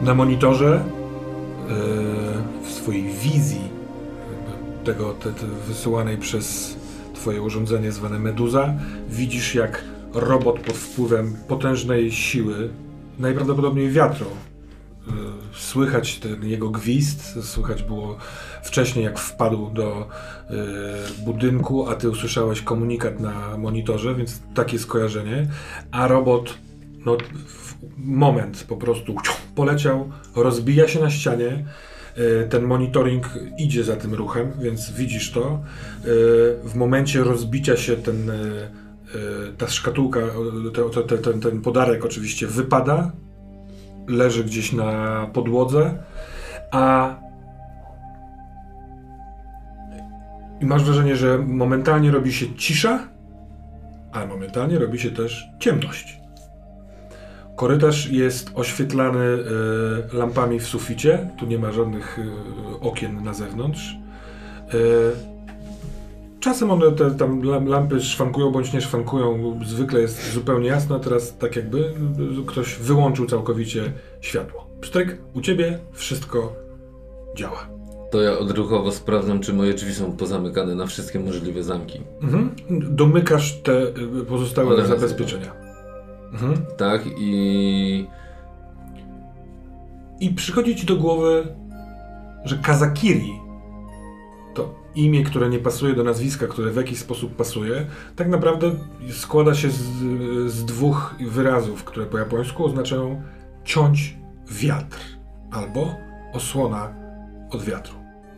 Na monitorze w swojej wizji wysyłanej przez twoje urządzenie zwane Meduza, widzisz, jak robot pod wpływem potężnej siły, najprawdopodobniej wiatru, słychać ten jego gwizd, słychać było wcześniej, jak wpadł do budynku, a ty usłyszałeś komunikat na monitorze, więc takie skojarzenie, a robot w moment po prostu poleciał, rozbija się na ścianie. Ten monitoring idzie za tym ruchem, więc widzisz to. W momencie rozbicia się ta szkatułka, ten podarek oczywiście wypada, leży gdzieś na podłodze, i masz wrażenie, że momentalnie robi się cisza, a momentalnie robi się też ciemność. Korytarz jest oświetlany lampami w suficie. Tu nie ma żadnych okien na zewnątrz. Czasem one tam lampy szwankują bądź nie szwankują. Zwykle jest zupełnie jasno, a teraz tak jakby ktoś wyłączył całkowicie światło. Pstryk, u ciebie wszystko działa. To ja odruchowo sprawdzam, czy moje drzwi są pozamykane na wszystkie możliwe zamki. Domykasz te pozostałe zabezpieczenia. Tak, i przychodzi ci do głowy, że Kazakiri to imię, które nie pasuje do nazwiska, które w jakiś sposób pasuje, tak naprawdę składa się z dwóch wyrazów, które po japońsku oznaczają ciąć wiatr albo osłona od wiatru.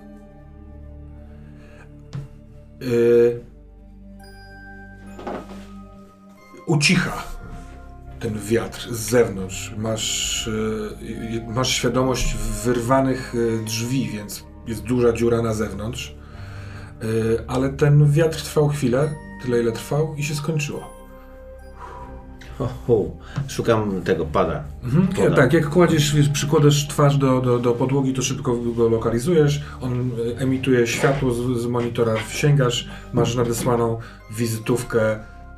Ucicha ten wiatr z zewnątrz. Masz świadomość wyrwanych drzwi, więc jest duża dziura na zewnątrz. Ale ten wiatr trwał chwilę, tyle ile trwał i się skończyło. Szukam tego pada. Tak, jak przykładasz twarz do podłogi, to szybko go lokalizujesz. On emituje światło z monitora, sięgasz, masz nadesłaną wizytówkę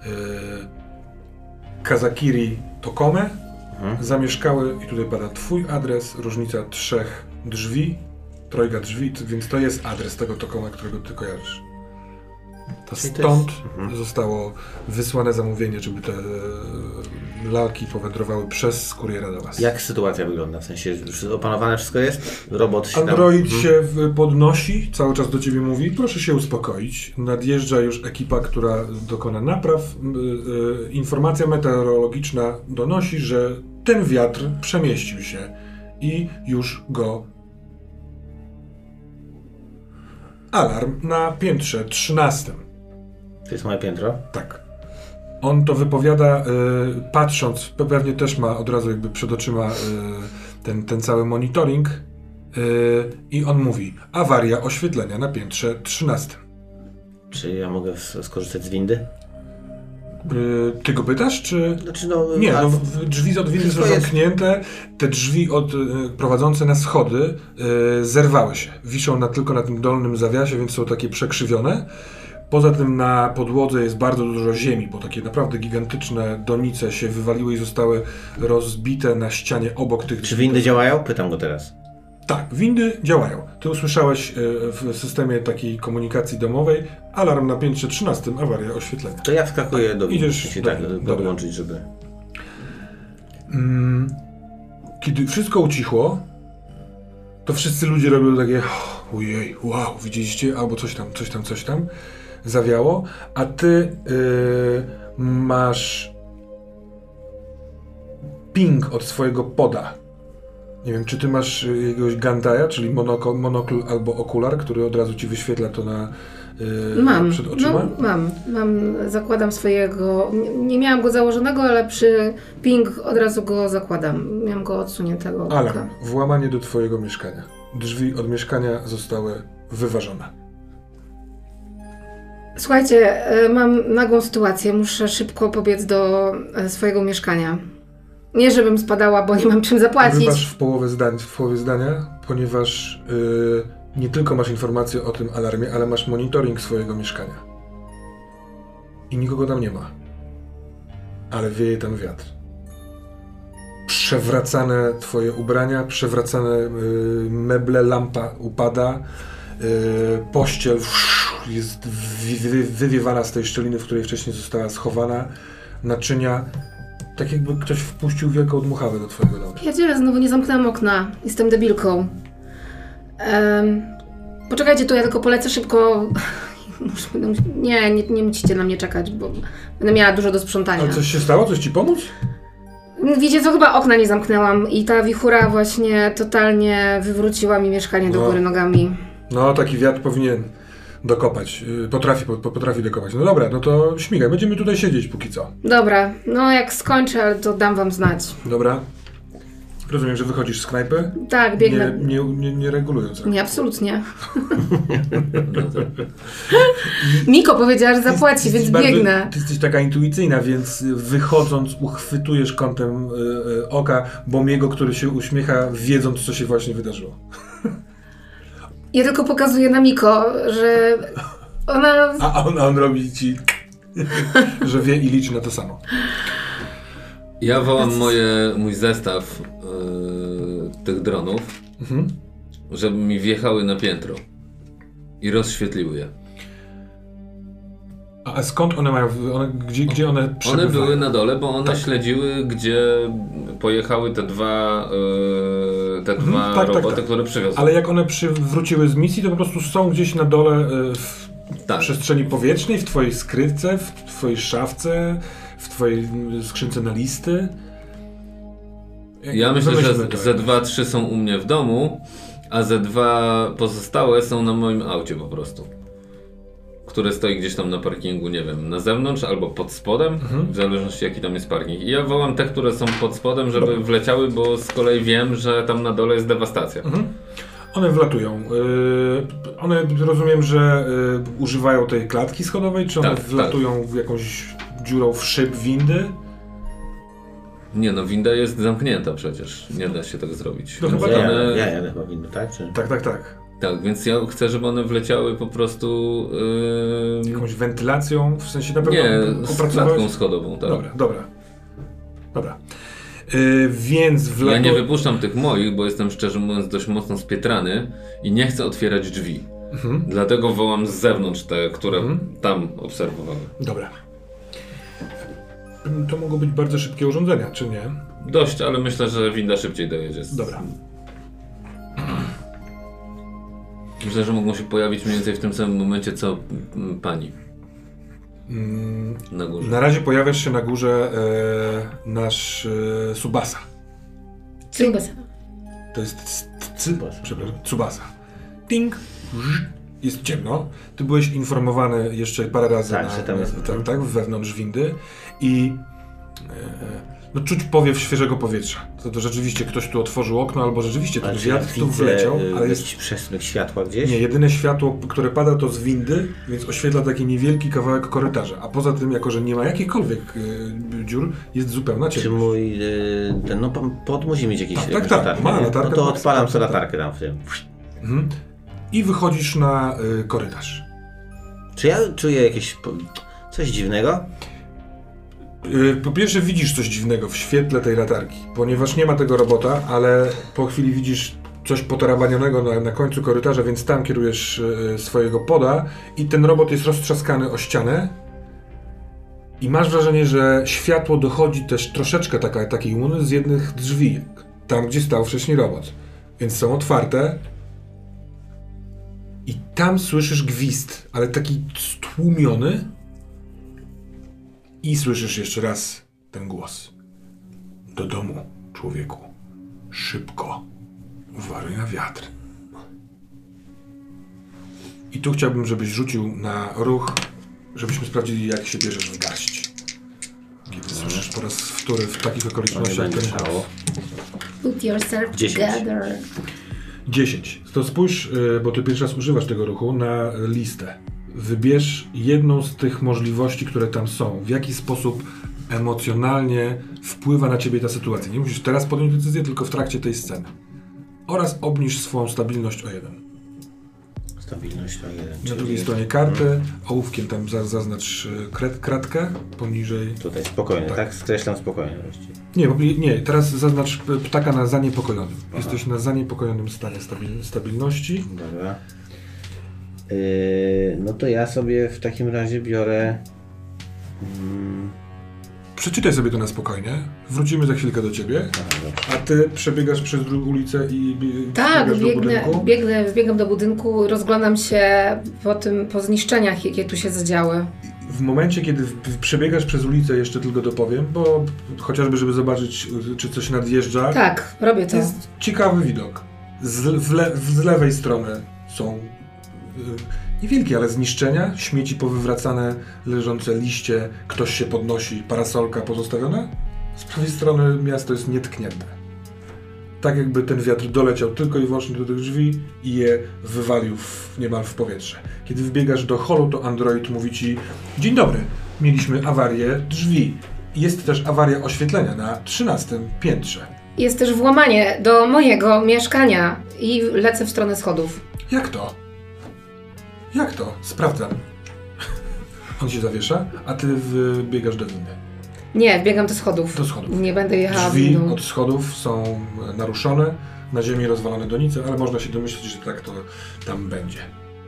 Kazakiri Tokome. Zamieszkały i tutaj pada twój adres, różnica 3 drzwi, 3 drzwi, więc to jest adres tego Tokome, którego ty kojarzysz. To stąd zostało wysłane zamówienie, żeby te lalki powędrowały przez kuriera do was. Jak sytuacja wygląda? W sensie już opanowane wszystko jest? Robot się Android się podnosi, cały czas do ciebie mówi, proszę się uspokoić. Nadjeżdża już ekipa, która dokona napraw. Informacja meteorologiczna donosi, że ten wiatr przemieścił się i już go... Alarm na piętrze 13. To jest moje piętro? Tak. On to patrząc, pewnie też ma od razu jakby przed oczyma ten cały monitoring i on mówi, awaria oświetlenia na piętrze 13. Czy ja mogę skorzystać z windy? Ty go pytasz, czy... Znaczy nie, drzwi od windy są zamknięte, te drzwi prowadzące na schody zerwały się. Wiszą tylko na tym dolnym zawiasie, więc są takie przekrzywione. Poza tym na podłodze jest bardzo dużo ziemi, bo takie naprawdę gigantyczne donice się wywaliły i zostały rozbite na ścianie obok tych drzwi. Czy windy działają? Pytam go teraz. Tak, windy działają. Ty usłyszałeś w systemie takiej komunikacji domowej alarm na piętrze 13, awaria oświetlenia. To ja wskakuję do windy. Idziesz podłączyć, żeby... Kiedy wszystko ucichło, to wszyscy ludzie robią takie ojej, wow, widzieliście? Albo coś tam zawiało, a ty masz ping od swojego poda. Nie wiem, czy ty masz jakiegoś Gandaja, czyli monokl albo okular, który od razu ci wyświetla to przed oczyma? Mam, zakładam swojego, nie miałam go założonego, ale przy ping od razu go zakładam. Miałam go odsuniętego. Alarm, włamanie do twojego mieszkania. Drzwi od mieszkania zostały wyważone. Słuchajcie, mam nagłą sytuację, muszę szybko pobiec do swojego mieszkania. Nie, żebym spadała, bo nie mam czym zapłacić. Wybasz w połowie zdania, ponieważ nie tylko masz informację o tym alarmie, ale masz monitoring swojego mieszkania. I nikogo tam nie ma. Ale wieje tam wiatr. przewracane twoje ubrania, przewracane meble, lampa upada, pościel jest wywiewana z tej szczeliny, w której wcześniej została schowana, naczynia, tak jakby ktoś wpuścił wielką dmuchawę do twojego domu. Pierdziele, znowu nie zamknęłam okna. Jestem debilką. Poczekajcie tu, ja tylko polecę szybko. Nie musicie na mnie czekać, bo będę miała dużo do sprzątania. A coś się stało? Coś ci pomóc? Wiecie co, chyba okna nie zamknęłam i ta wichura właśnie totalnie wywróciła mi mieszkanie do góry nogami. No, taki wiatr powinien dokopać. Potrafi dokopać. No dobra, no to śmigaj. Będziemy tutaj siedzieć póki co. Dobra, no jak skończę, to dam wam znać. Dobra. Rozumiem, że wychodzisz z knajpy? Tak, biegnę. Nie regulując. Nie, absolutnie. No to... Miko powiedziała, że zapłaci, więc biegnę. Ty jesteś taka intuicyjna, więc wychodząc uchwytujesz kątem oka Bomiego, który się uśmiecha, wiedząc, co się właśnie wydarzyło. Ja tylko pokazuję na Miko, że ona... A on robi ci, że wie i liczy na to samo. Ja wołam mój zestaw tych dronów, żeby mi wjechały na piętro i rozświetliły je. A skąd one mają, gdzie one przebywają? One były na dole, bo one śledziły, gdzie pojechały te dwa roboty, które przywiozły. Ale jak one wróciły z misji, to po prostu są gdzieś na dole w przestrzeni powietrznej, w twojej skrywce, w twojej szafce, w twojej skrzynce na listy. Ja myślę, że ze 2-3 są u mnie w domu, a ze 2 pozostałe są na moim aucie po prostu. Które stoi gdzieś tam na parkingu, nie wiem, na zewnątrz albo pod spodem, w zależności jaki tam jest parking. I ja wołam te, które są pod spodem, żeby wleciały, bo z kolei wiem, że tam na dole jest dewastacja. One wlatują. One, rozumiem, że używają tej klatki schodowej, czy one wlatują w jakąś dziurą w szyb windy? Nie no, winda jest zamknięta przecież, nie da się tak zrobić. No chyba ja jadę chyba windy, tak? Czy... Tak. Tak, więc ja chcę, żeby one wleciały po prostu... Jakąś wentylacją, w sensie na pewno nie, z klatką schodową, tak. Dobra. Więc Ja nie wypuszczam tych moich, bo jestem szczerze mówiąc dość mocno spietrany i nie chcę otwierać drzwi. Dlatego wołam z zewnątrz te, które tam obserwowały. Dobra. To mogą być bardzo szybkie urządzenia, czy nie? Dość, ale myślę, że winda szybciej dojedzie. Dobra. Myślę, że mogą się pojawić mniej więcej w tym samym momencie, co pani. Na górze. Na razie pojawiasz się na górze nasz Tsubasa. Tsubasa. To jest Tsubasa. Ting. Jest ciemno. Ty byłeś informowany jeszcze parę razy tak, wewnątrz windy i no czuć powiew świeżego powietrza. To rzeczywiście ktoś tu otworzył okno, albo rzeczywiście ten wiatr tu wleciał, ale jest przesmyk światła gdzieś? Nie, jedyne światło, które pada, to z windy, więc oświetla taki niewielki kawałek korytarza. A poza tym, jako że nie ma jakichkolwiek dziur, jest zupełna ciemność. Czy mój pod musi mieć jakieś tak, ma latarkę. No to odpalam sobie latarkę tam w tym. I wychodzisz na korytarz. Czy ja czuję jakieś coś dziwnego? Po pierwsze widzisz coś dziwnego w świetle tej latarki, ponieważ nie ma tego robota, ale po chwili widzisz coś potarabanionego na końcu korytarza, więc tam kierujesz swojego poda i ten robot jest roztrzaskany o ścianę i masz wrażenie, że światło dochodzi też troszeczkę takiej łuny z jednych drzwi, tam gdzie stał wcześniej robot, więc są otwarte i tam słyszysz gwizd, ale taki stłumiony. I słyszysz jeszcze raz ten głos. Do domu, człowieku. Szybko. Uważaj na wiatr. I tu chciałbym, żebyś rzucił na ruch, żebyśmy sprawdzili, jak się bierzesz w garść. Kiedy słyszysz po raz wtóry w takich okolicznościach ten głos. Put yourself 10. together. 10. To spójrz, bo ty pierwszy raz używasz tego ruchu, na listę. Wybierz jedną z tych możliwości, które tam są. W jaki sposób emocjonalnie wpływa na ciebie ta sytuacja. Nie musisz teraz podjąć decyzję, tylko w trakcie tej sceny. Oraz obniż swoją stabilność o 1. Stabilność o 1. Na drugiej stronie karty, ołówkiem tam zaznacz kratkę poniżej. Tutaj spokojnie, tak? Skreślam spokojnie właściwie. Nie, teraz zaznacz ptaka na zaniepokojonym. Jesteś na zaniepokojonym stanie stabilności. Dobra. No to ja sobie w takim razie biorę... Przeczytaj sobie to na spokojnie. Wrócimy za chwilkę do ciebie. A ty przebiegasz przez ulicę i tak, do budynku? Wbiegam do budynku, rozglądam się po zniszczeniach, jakie tu się zadziały. W momencie, kiedy przebiegasz przez ulicę, jeszcze tylko dopowiem, bo chociażby, żeby zobaczyć, czy coś nadjeżdża. Tak, robię to. To jest ciekawy widok. Z lewej strony są niewielkie, ale zniszczenia, śmieci powywracane, leżące liście, ktoś się podnosi, parasolka pozostawiona. Z prawej strony miasto jest nietknięte. Tak jakby ten wiatr doleciał tylko i wyłącznie do tych drzwi i je wywalił niemal w powietrze. Kiedy wbiegasz do holu, to android mówi ci: dzień dobry, mieliśmy awarię drzwi. Jest też awaria oświetlenia na 13 piętrze. Jest też włamanie do mojego mieszkania i lecę w stronę schodów. Jak to? Jak to? Sprawdzam. On się zawiesza, a ty wbiegasz do windy. Nie, wbiegam do schodów. Do schodów. Nie będę jechała Drzwi windą. od schodów są naruszone, na ziemi rozwalone donice, ale można się domyślić, że tak to tam będzie.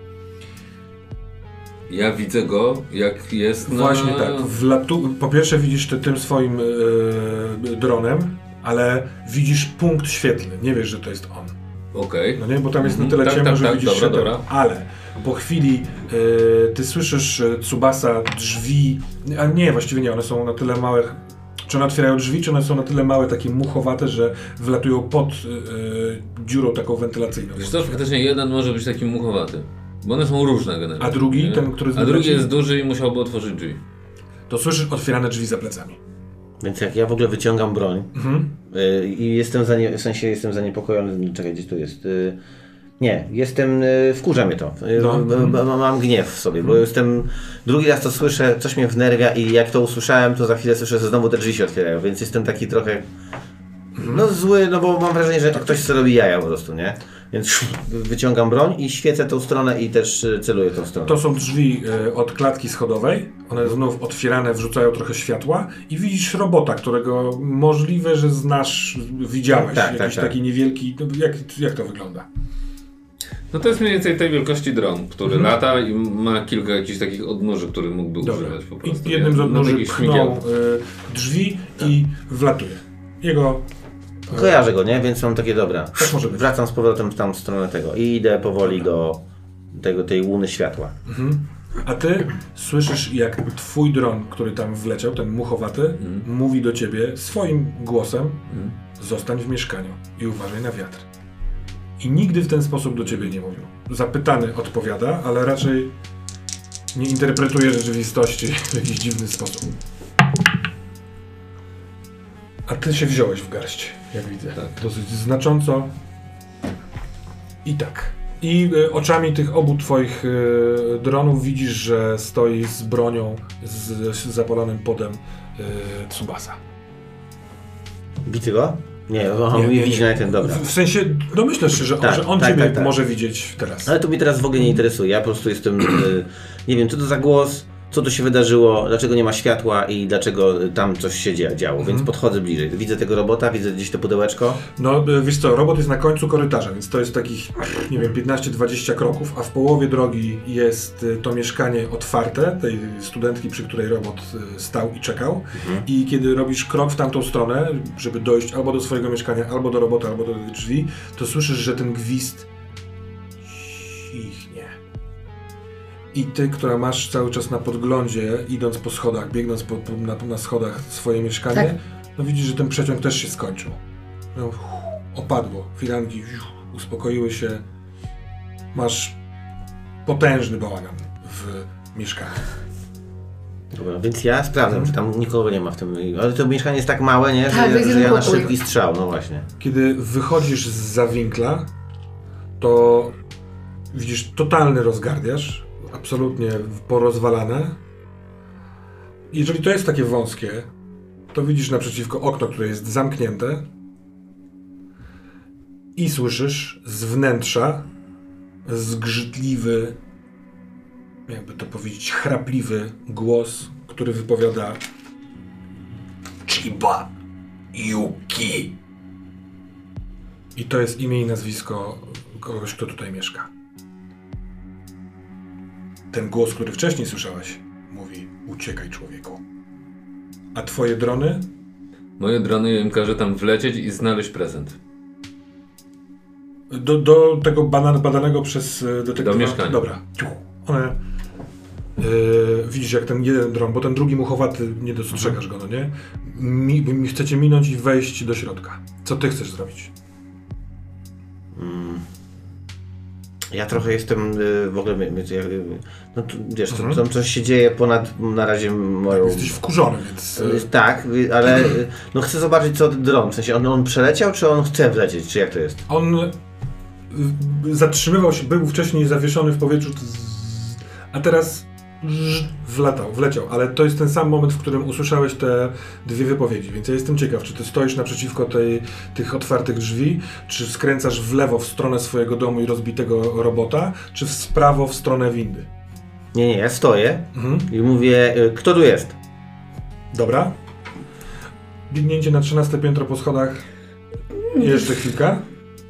Ja widzę go, jak jest Właśnie tak. Po pierwsze widzisz tym swoim dronem, ale widzisz punkt świetlny. Nie wiesz, że to jest on. Okej. No nie, bo tam jest na tyle ciemno, że widzisz światło. Dobra. Ale po chwili ty słyszysz Tsubasa, drzwi, a nie, właściwie nie, one są na tyle małe, czy one otwierają drzwi, czy one są na tyle małe, takie muchowate, że wlatują pod dziurą taką wentylacyjną. Wiesz co, faktycznie jeden może być taki muchowaty, bo one są różne generalnie. A drugi, ten, który A drugi jest duży i musiałby otworzyć drzwi. To słyszysz otwierane drzwi za plecami. Więc jak ja w ogóle wyciągam broń i jestem zaniepokojony, czekaj, gdzieś tu jest... Nie, wkurza mnie to. Mam gniew w sobie, bo drugi raz to słyszę, coś mnie wnerwia i jak to usłyszałem, to za chwilę słyszę, że znowu te drzwi się otwierają, więc jestem taki trochę zły, no bo mam wrażenie, że ktoś sobie robi jaja po prostu, nie? Więc wyciągam broń i świecę tą stronę i też celuję tą stronę. To są drzwi od klatki schodowej, one znów otwierane, wrzucają trochę światła i widzisz robota, którego możliwe, że widziałeś, jakiś taki niewielki, jak to wygląda? No to jest mniej więcej tej wielkości dron, który lata i ma kilka jakichś takich odnóży, których mógłby używać po prostu. I jednym z odnóży pchnął drzwi i wlatuje. Kojarzę go, nie? Więc mam takie dobra. Tak może być. Wracam z powrotem tam w stronę tego i idę powoli do tej łuny światła. A ty słyszysz, jak twój dron, który tam wleciał, ten muchowaty, mówi do ciebie swoim głosem: zostań w mieszkaniu i uważaj na wiatr. I nigdy w ten sposób do ciebie nie mówił. Zapytany odpowiada, ale raczej nie interpretuje rzeczywistości w jakiś dziwny sposób. A ty się wziąłeś w garść, jak widzę. Tak. Dosyć znacząco. I tak. I oczami tych obu twoich dronów widzisz, że stoi z bronią, z zapalonym podem Tsubasa. Widzę go? Nie, on mnie widzi na ten, dobra. W sensie, domyślasz się, że on ciebie może widzieć teraz. Ale to mnie teraz w ogóle nie interesuje. Ja po prostu jestem, nie wiem, co to za głos, co tu się wydarzyło, dlaczego nie ma światła i dlaczego tam coś się działo, więc podchodzę bliżej. Widzę tego robota, widzę gdzieś to pudełeczko. No wiesz co, robot jest na końcu korytarza, więc to jest takich, nie wiem, 15-20 kroków, a w połowie drogi jest to mieszkanie otwarte, tej studentki, przy której robot stał i czekał. I kiedy robisz krok w tamtą stronę, żeby dojść albo do swojego mieszkania, albo do robota, albo do tych drzwi, to słyszysz, że ten gwizd cichnie. I ty, która masz cały czas na podglądzie, idąc po schodach, biegnąc na schodach swoje mieszkanie, no widzisz, że ten przeciąg też się skończył. No, opadło, firanki uspokoiły się. Masz potężny bałagan w mieszkaniu. Dobra, więc ja sprawdzam, czy tam nikogo nie ma w tym. Ale to mieszkanie jest tak małe, nie? Że ja na szybki strzał, no właśnie. Kiedy wychodzisz zza winkla, to widzisz totalny rozgardiaż. Absolutnie porozwalane. Jeżeli to jest takie wąskie, to widzisz naprzeciwko okno, które jest zamknięte i słyszysz z wnętrza zgrzytliwy, jakby to powiedzieć, chrapliwy głos, który wypowiada: Chiba Yuki. I to jest imię i nazwisko kogoś, kto tutaj mieszka. Ten głos, który wcześniej słyszałeś, mówi: uciekaj, człowieku. A twoje drony? Moje drony, ja im każę tam wlecieć i znaleźć prezent. Do tego badanego przez detektywa. Do mieszkania. Dobra. One... widzisz, jak ten jeden dron, bo ten drugi muchowaty, nie dostrzegasz go, no nie? Chcecie minąć i wejść do środka. Co ty chcesz zrobić? Ja trochę jestem w ogóle... No tu, wiesz, tam coś się dzieje ponad na razie moją... Jesteś wkurzony, więc... Tak, ale no chcę zobaczyć, co dron. W sensie on przeleciał, czy on chce wlecieć, czy jak to jest? On zatrzymywał się, był wcześniej zawieszony w powietrzu, a teraz wleciał, ale to jest ten sam moment, w którym usłyszałeś te dwie wypowiedzi, więc ja jestem ciekaw, czy ty stoisz naprzeciwko tych otwartych drzwi, czy skręcasz w lewo w stronę swojego domu i rozbitego robota, czy w prawo w stronę windy. Nie, ja stoję i mówię, kto tu jest? Dobra. Biegnięcie na 13 piętro po schodach. Jeszcze chwilkę.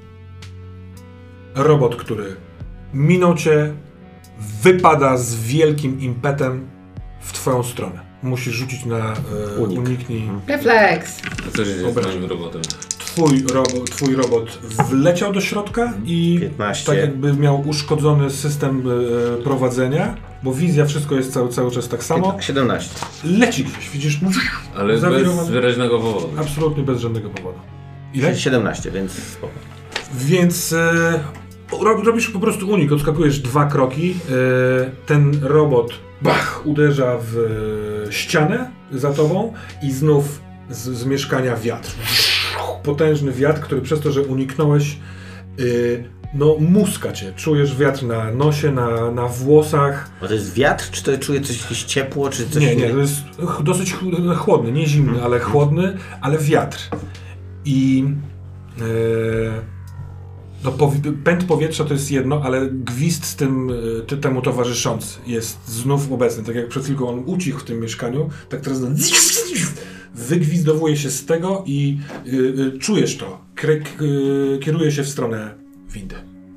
Robot, który minął cię, wypada z wielkim impetem w twoją stronę. Musisz rzucić na uniknij. Refleks. A co się dzieje z moim robotem? Twój robot wleciał do środka i 15. tak jakby miał uszkodzony system prowadzenia, bo wizja, wszystko jest cały czas tak samo. 17. Leci gdzieś, widzisz? Ale bez wyraźnego powodu. Absolutnie bez żadnego powodu. Ile? 17, więc spoko. Więc robisz po prostu unik, odskakujesz 2 kroki, ten robot uderza w ścianę za tobą i znów z mieszkania wiatr. Potężny wiatr, który przez to, że uniknąłeś, muska cię. Czujesz wiatr na nosie, na włosach. A to jest wiatr, czy to czuje jakieś ciepło, czy coś? Nie, to jest dosyć chłodny, nie zimny, ale chłodny, ale wiatr. I pęd powietrza to jest jedno, ale gwizd temu towarzyszący jest znów obecny. Tak jak przed chwilką on ucichł w tym mieszkaniu, tak teraz wygwizdowuje się z tego i czujesz to. Kieruje się w stronę windy.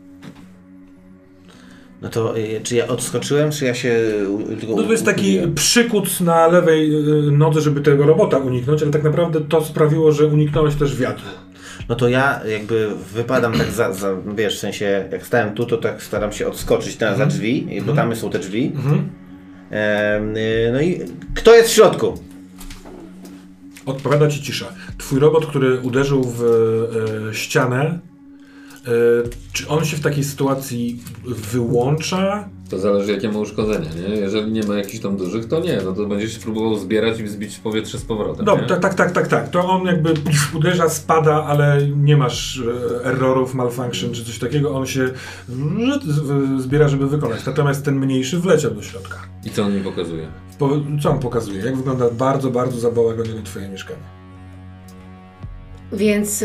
No to czy ja odskoczyłem, czy ja się... No to jest taki przykuc na lewej nodze, żeby tego robota uniknąć, ale tak naprawdę to sprawiło, że uniknąłeś też wiatru. No to ja jakby wypadam tak wiesz, w sensie jak stałem tu, to tak staram się odskoczyć za drzwi, bo tam są te drzwi. No i kto jest w środku? Odpowiada ci cisza. Twój robot, który uderzył w ścianę, czy on się w takiej sytuacji wyłącza? To zależy, jakie ma uszkodzenia, nie? Jeżeli nie ma jakichś tam dużych, to nie. No to będziesz próbował zbierać i zbić w powietrze z powrotem. Dobra, tak. To on jakby uderza, spada, ale nie masz errorów, malfunction czy coś takiego. On się zbiera, żeby wykonać. Natomiast ten mniejszy wleciał do środka. I co on mi pokazuje? Co on pokazuje? Jak wygląda bardzo, bardzo zabałagonione twoje mieszkanie? Więc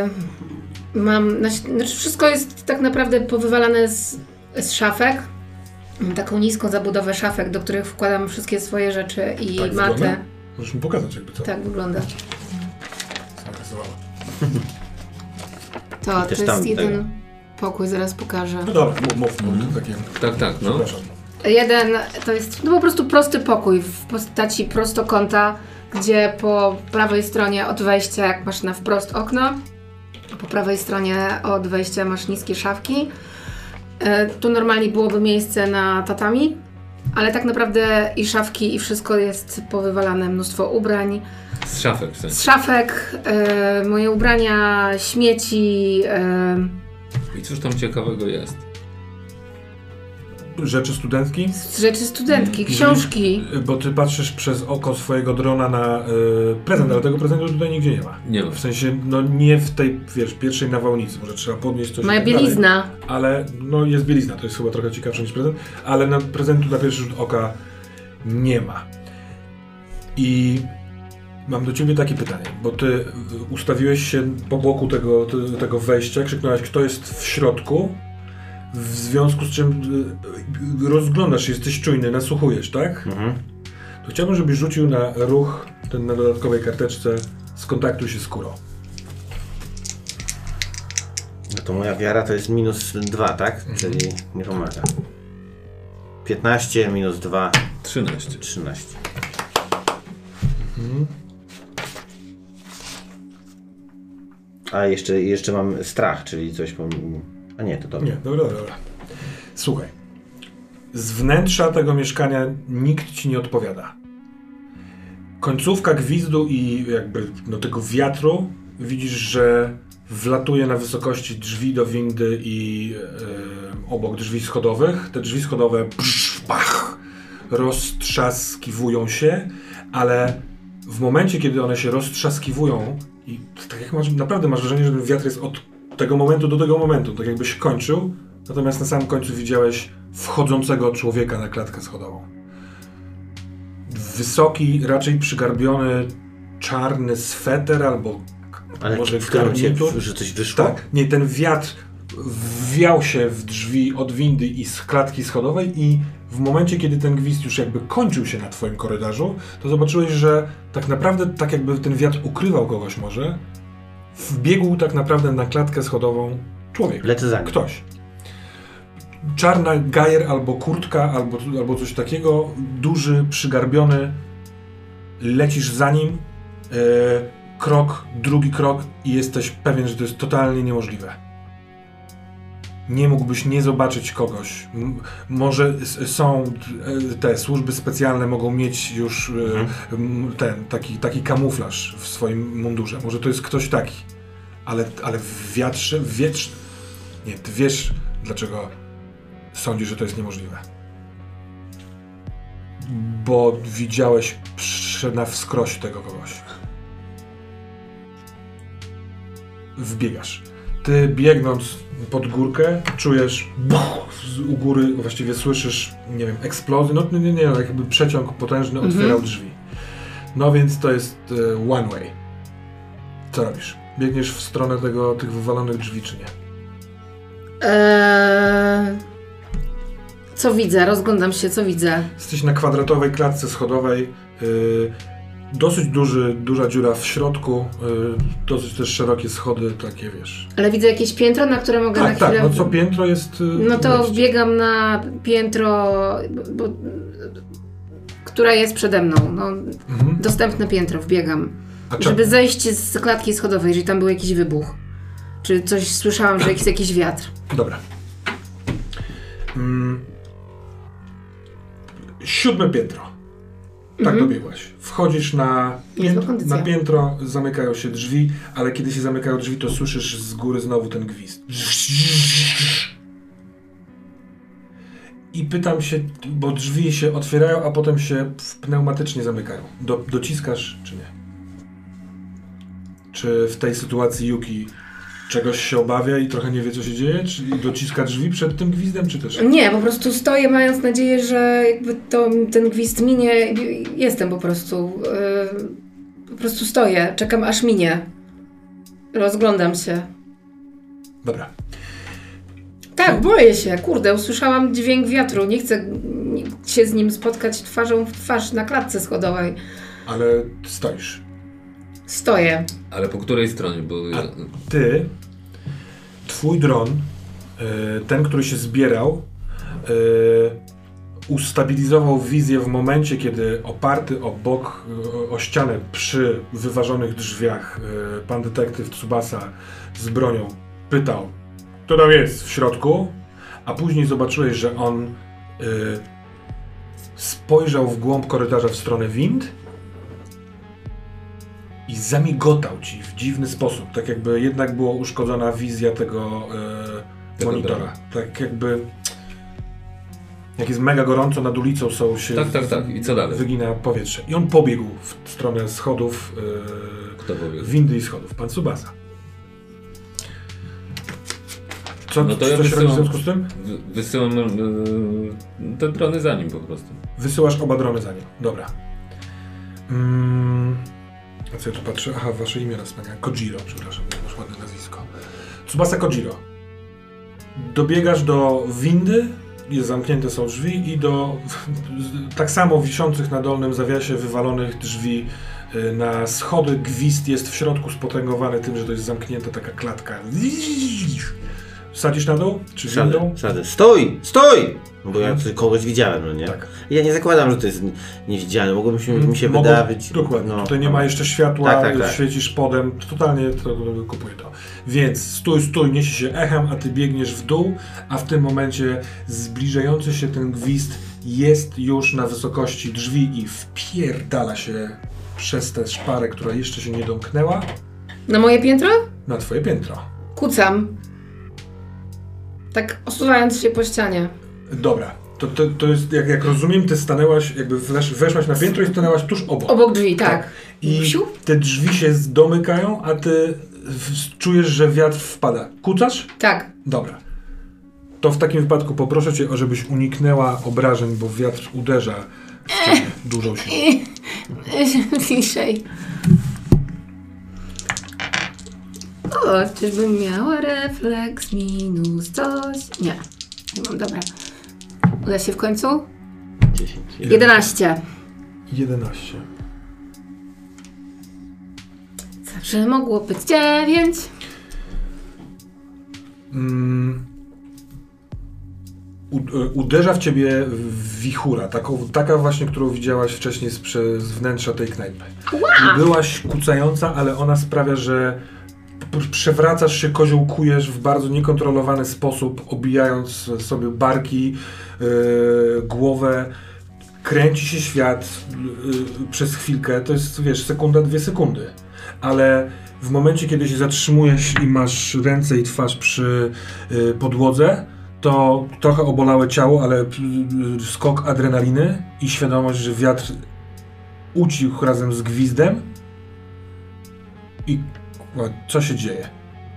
wszystko jest tak naprawdę powywalane z szafek. Mam taką niską zabudowę szafek, do których wkładam wszystkie swoje rzeczy i tak matę. Wygląda? Możesz mi pokazać jakby co? Tak wygląda. To jest jeden pokój, zaraz pokażę. No dobra, mów. Tak, no. Przepraszam. Jeden to jest po prostu prosty pokój w postaci prostokąta, gdzie po prawej stronie od wejścia, jak masz na wprost okno, po prawej stronie od wejścia masz niskie szafki. Tu normalnie byłoby miejsce na tatami, ale tak naprawdę i szafki, i wszystko jest powywalane, mnóstwo ubrań. Z szafek w sensie. Z szafek, moje ubrania, śmieci. I cóż tam ciekawego jest? Rzeczy studentki? Rzeczy studentki, książki. Bo ty patrzysz przez oko swojego drona na prezent, ale tego prezentu tutaj nigdzie nie ma. Nie ma. W sensie, nie w tej, pierwszej nawałnicy, może trzeba podnieść coś. Moja bielizna. Dalej, ale, jest bielizna, to jest chyba trochę ciekawsze niż prezent, ale prezentu na pierwszy rzut oka nie ma. I mam do ciebie takie pytanie, bo ty ustawiłeś się po boku tego wejścia, krzyknąłeś, kto jest w środku, w związku z czym rozglądasz się, jesteś czujny, nasłuchujesz, tak? To chciałbym, żebyś rzucił na ruch, na dodatkowej karteczce, Skontaktuj się z Kuro. No to moja wiara to jest -2, tak? Czyli nie pomaga. 15 minus 2. 13. 13. A jeszcze mam strach, czyli coś... A nie, to dobrze. Nie, dobra. Słuchaj. Z wnętrza tego mieszkania nikt ci nie odpowiada. Końcówka gwizdu i jakby tego wiatru widzisz, że wlatuje na wysokości drzwi do windy i obok drzwi schodowych. Te drzwi schodowe pach, roztrzaskiwują się, ale w momencie, kiedy one się roztrzaskiwują i tak jak naprawdę masz wrażenie, że ten wiatr jest od tego momentu do tego momentu, tak jakbyś kończył, natomiast na samym końcu widziałeś wchodzącego człowieka na klatkę schodową. Wysoki, raczej przygarbiony, czarny sweter albo ale może w którym garnitur. że coś wyszło? Tak, nie, ten wiatr wwiał się w drzwi od windy i z klatki schodowej i w momencie, kiedy ten gwizd już jakby kończył się na twoim korytarzu, to zobaczyłeś, że tak naprawdę, tak jakby ten wiatr ukrywał kogoś może, wbiegł tak naprawdę na klatkę schodową człowiek. Lecę za nim. Ktoś. Czarna gajer albo kurtka, albo coś takiego, duży, przygarbiony, lecisz za nim, krok, drugi krok i jesteś pewien, że to jest totalnie niemożliwe. Nie mógłbyś nie zobaczyć kogoś. Może są te służby specjalne, mogą mieć już taki kamuflaż w swoim mundurze. Może to jest ktoś taki. Ale w wietrze... Nie, ty wiesz, dlaczego sądzisz, że to jest niemożliwe. Bo widziałeś na wskroś tego kogoś. Wbiegasz. Ty biegnąc pod górkę czujesz u góry, właściwie słyszysz, nie wiem, eksplozję, nie, jakby przeciąg potężny otwierał drzwi. No więc to jest one way. Co robisz? Biegniesz w stronę tych wywalonych drzwi, czy nie? Co widzę? Rozglądam się, co widzę. Jesteś na kwadratowej klatce schodowej. Dosyć duża dziura w środku. Dosyć też szerokie schody, takie wiesz. Ale widzę jakieś piętro, na które mogę na chwilę... Tak, no co piętro jest... No to wbiegam na piętro, które jest przede mną. Dostępne piętro, wbiegam. Żeby zejść z klatki schodowej, jeżeli tam był jakiś wybuch. Czy coś słyszałam, że jest jakiś wiatr. Dobra. 7 piętro. Tak dobiegłaś. Wchodzisz na piętro, zamykają się drzwi, ale kiedy się zamykają drzwi, to słyszysz z góry znowu ten gwizd. I pytam się, bo drzwi się otwierają, a potem się pneumatycznie zamykają. Dociskasz, czy nie? Czy w tej sytuacji Yuki czegoś się obawia i trochę nie wie, co się dzieje? Czy dociska drzwi przed tym gwizdem, czy też? Nie, po prostu stoję, mając nadzieję, że jakby ten gwizd minie. Jestem po prostu. Po prostu stoję, czekam aż minie. Rozglądam się. Dobra. Tak, boję się. Kurde, usłyszałam dźwięk wiatru. Nie chcę się z nim spotkać twarzą w twarz na klatce schodowej. Ale stoisz. Stoję. Ale po której stronie? Bo... A ty, twój dron, ten, który się zbierał, ustabilizował wizję w momencie, kiedy oparty o ścianę przy wyważonych drzwiach pan detektyw Tsubasa z bronią pytał, kto tam jest w środku, a później zobaczyłeś, że on spojrzał w głąb korytarza w stronę wind i zamigotał ci w dziwny sposób, tak jakby jednak była uszkodzona wizja tego monitora. Tak jakby... Jak jest mega gorąco, nad ulicą Tak. I co dalej? Wygina powietrze. I on pobiegł w stronę schodów, Kto pobiegł? windy i schodów. Pan Tsubasa. Co, no to ja coś robisz w związku z tym? Wysyłam te drony za nim po prostu. Wysyłasz oba drony za nim. Dobra. A co ja tu patrzę? Aha, wasze imię na stronie. Kojiro, przepraszam, masz ładne nazwisko. Tsubasa Kojiro. Dobiegasz do windy, zamknięte są drzwi i do tak samo wiszących na dolnym zawiasie wywalonych drzwi na schody, gwizd jest w środku spotęgowany tym, że to jest zamknięta taka klatka. Sadzisz na dół? Czy windą? Sadzę. Stój! Stój! Bo ja kogoś widziałem, no nie? Tak. Ja nie zakładam, że to jest niewidzialne. Mogłoby mi się wydawać... Dokładnie. No, tutaj nie ma jeszcze światła, tak. świecisz podem. Totalnie to kupuję to. Więc stój, niesie się echem, a ty biegniesz w dół, a w tym momencie zbliżający się ten gwizd jest już na wysokości drzwi i wpierdala się przez tę szparę, która jeszcze się nie domknęła. Na moje piętro? Na twoje piętro. Kucam. Tak osuwając się po ścianie. Dobra. To jest, jak rozumiem, ty stanęłaś, jakby weszłaś na piętro i stanęłaś tuż obok. Obok drzwi, tak. I te drzwi się domykają, a ty czujesz, że wiatr wpada. Kucasz? Tak. Dobra. To w takim wypadku poproszę cię, żebyś uniknęła obrażeń, bo wiatr uderza w ciebie dużą siłą. Ciszej. O, czyżbym miała refleks minus coś? Nie mam, dobra. Uda się w końcu? 10. 11. 11. Zawsze mogło być 9. Uderza w ciebie wichura, taka właśnie, którą widziałaś wcześniej z wnętrza tej knajpy. Wow. Byłaś kucająca, ale ona sprawia, że przewracasz się, koziołkujesz w bardzo niekontrolowany sposób, obijając sobie barki, głowę. Kręci się świat przez chwilkę, to jest, wiesz, sekunda, 2 sekundy. Ale w momencie, kiedy się zatrzymujesz i masz ręce i twarz przy podłodze, to trochę obolałe ciało, ale skok adrenaliny i świadomość, że wiatr ucichł razem z gwizdem. I co się dzieje?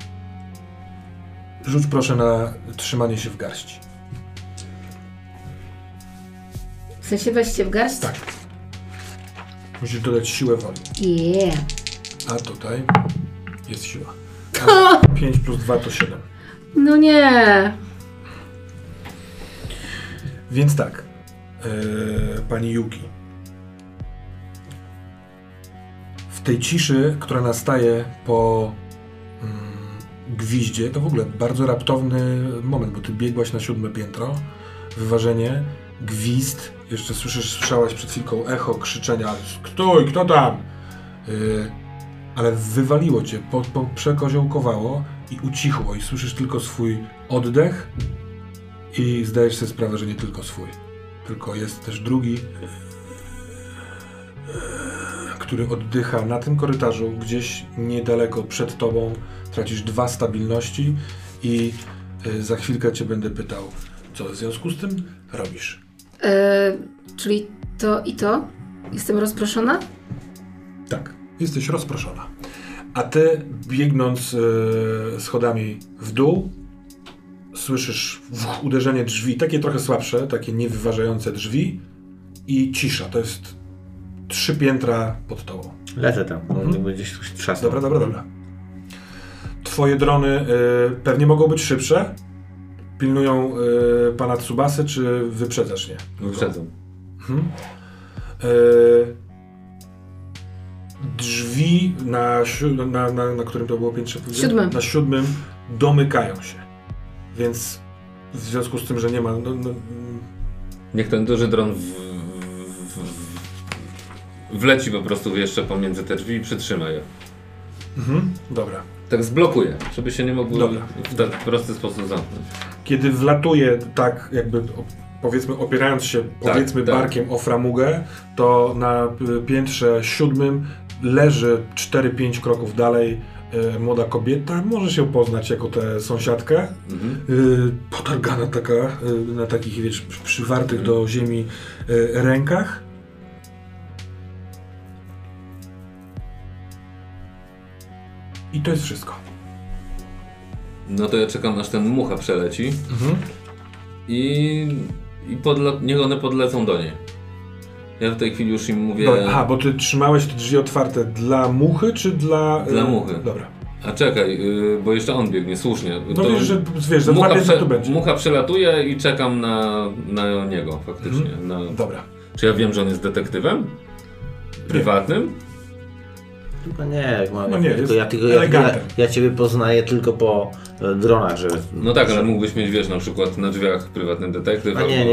Rzuć proszę na trzymanie się w garści. W sensie weź się w garść? Tak. Musisz dodać siłę woli. Yeah. A tutaj jest siła. 5 plus 2 to 7. No nie. Więc tak, pani Yuki. W tej ciszy, która nastaje po gwiździe, to w ogóle bardzo raptowny moment, bo ty biegłaś na 7. piętro, wyważenie, gwizd, jeszcze słyszałaś przed chwilką echo krzyczenia: stój, kto tam? Ale wywaliło cię, przekoziołkowało i ucichło i słyszysz tylko swój oddech i zdajesz sobie sprawę, że nie tylko swój, tylko jest też drugi, który oddycha na tym korytarzu, gdzieś niedaleko przed tobą. Tracisz 2 stabilności i za chwilkę cię będę pytał, co w związku z tym robisz. Czyli to i to? Jestem rozproszona? Tak, jesteś rozproszona. A ty, biegnąc schodami w dół, słyszysz uderzenie drzwi, takie trochę słabsze, takie niewyważające drzwi i cisza. To jest 3 piętra pod tobą. Lecę tam, gdzieś coś trzasnął. Dobra. Twoje drony pewnie mogą być szybsze. Pilnują pana Tsubasy, czy wyprzedzasz je? Wyprzedzam. Drzwi na którym to było piętrze? 7. Na 7 domykają się. Więc w związku z tym, że nie ma... Niech ten duży dron wleci po prostu jeszcze pomiędzy te drzwi i przytrzyma je. Dobra. Tak zblokuje, żeby się nie mogły Dobra. w tak prosty sposób zamknąć. Kiedy wlatuje tak jakby, powiedzmy, opierając się barkiem o framugę, to na piętrze 7 leży 4-5 kroków dalej młoda kobieta. Możesz ją poznać jako tę sąsiadkę. Potargana taka, na takich, wiesz, przywartych do ziemi rękach. I to jest wszystko. No to ja czekam, aż ten mucha przeleci i niech one podlecą do niej. Ja w tej chwili już im mówię... Aha, bo ty trzymałeś te drzwi otwarte dla muchy, czy dla... Dla muchy. Dobra. A czekaj, bo jeszcze on biegnie, słusznie. No to wiesz, za 2 piętra tu będzie. Mucha przelatuje i czekam na niego faktycznie. Dobra. Czy ja wiem, że on jest detektywem? Prywatnym? Chyba nie, ja ciebie poznaję tylko po dronach, że... No tak, ale mógłbyś mieć, wiesz, na przykład na drzwiach prywatny detektyw,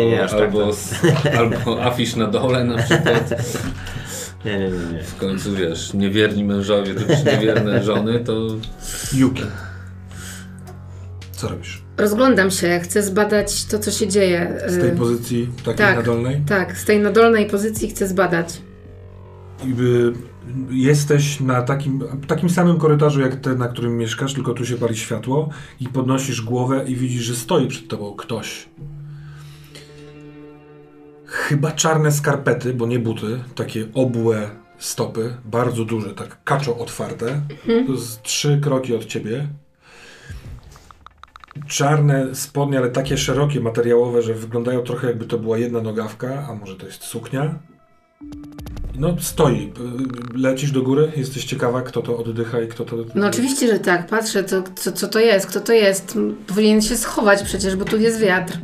albo afisz na dole na przykład. Nie. W końcu, wiesz, niewierni mężowie, to niewierne żony, to... Yuki. Co robisz? Rozglądam się, chcę zbadać to, co się dzieje. Z tej pozycji takiej nadolnej? Tak, z tej nadolnej pozycji chcę zbadać. Jesteś na takim samym korytarzu jak ten, na którym mieszkasz, tylko tu się pali światło i podnosisz głowę i widzisz, że stoi przed tobą ktoś. Chyba czarne skarpety, bo nie buty, takie obłe stopy, bardzo duże, tak kaczo otwarte, to z 3 kroki od ciebie. Czarne spodnie, ale takie szerokie, materiałowe, że wyglądają trochę jakby to była jedna nogawka, a może to jest suknia. No stoi, lecisz do góry, jesteś ciekawa, kto to oddycha i kto to... No oczywiście, że tak, patrzę, co to jest, kto to jest. Powinien się schować przecież, bo tu jest wiatr.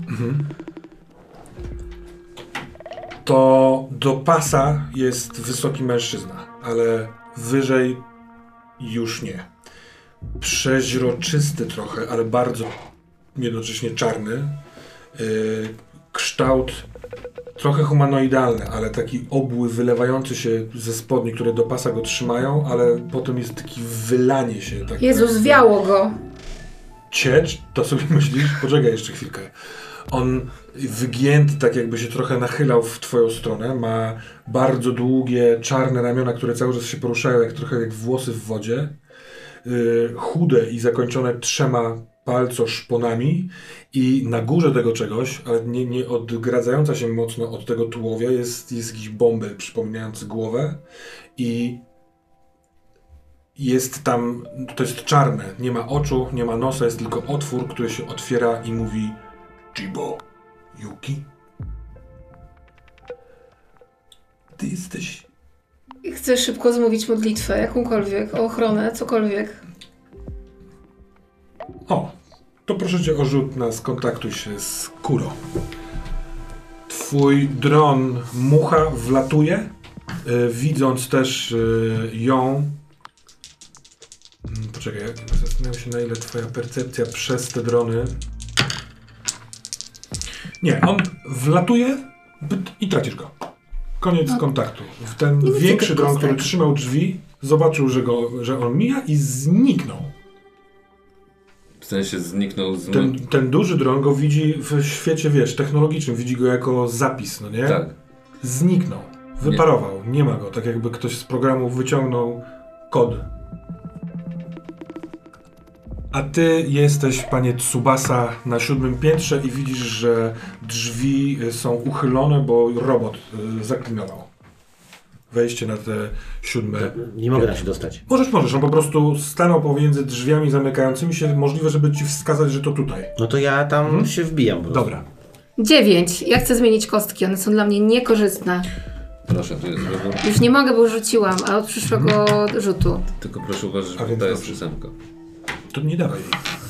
To do pasa jest wysoki mężczyzna, ale wyżej już nie. Przeźroczysty trochę, ale bardzo jednocześnie czarny. Kształt trochę humanoidalny, ale taki obły wylewający się ze spodni, które do pasa go trzymają, ale potem jest taki wylanie się. Takie, Jezus, zwiało go. Ciecz? To sobie myślisz? Poczekaj jeszcze chwilkę. On wygięty, tak jakby się trochę nachylał w twoją stronę, ma bardzo długie, czarne ramiona, które cały czas się poruszają, trochę jak włosy w wodzie. Chude i zakończone 3 palcoszponami i na górze tego czegoś, ale nie odgradzająca się mocno od tego tułowia, jest jakiś bąbel przypominający głowę i jest tam, to jest czarne, nie ma oczu, nie ma nosa, jest tylko otwór, który się otwiera i mówi Chibo, Yuki? Ty jesteś... Chcę szybko zmówić modlitwę, jakąkolwiek, o ochronę, cokolwiek. O, to proszę cię o rzut na skontaktuj się z Kuro. Twój dron mucha wlatuje, widząc też ją. Poczekaj, zastanawiam się, na ile twoja percepcja przez te drony... Nie, on wlatuje i tracisz go. Koniec kontaktu. Ten większy dron, który trzymał drzwi, zobaczył, że on mija i zniknął. W sensie zniknął z... Ten duży dron go widzi w świecie, wiesz, technologicznym. Widzi go jako zapis, no nie? Tak. Zniknął. Wyparował. Nie ma go. Tak jakby ktoś z programu wyciągnął kod. A ty jesteś, panie Tsubasa, na 7. piętrze i widzisz, że drzwi są uchylone, bo robot zaklinował. Wejście na te 7. Nie mogę tam się dostać. Możesz. On po prostu stanął pomiędzy drzwiami zamykającymi się. Możliwe, żeby ci wskazać, że to tutaj. No to ja tam się wbijam po prostu. Dobra. 9. Ja chcę zmienić kostki, one są dla mnie niekorzystne. Proszę, tu jest wybór. Już nie mogę, bo rzuciłam, a od przyszłego rzutu. Tylko proszę uważać, że to jest 8. To nie dawaj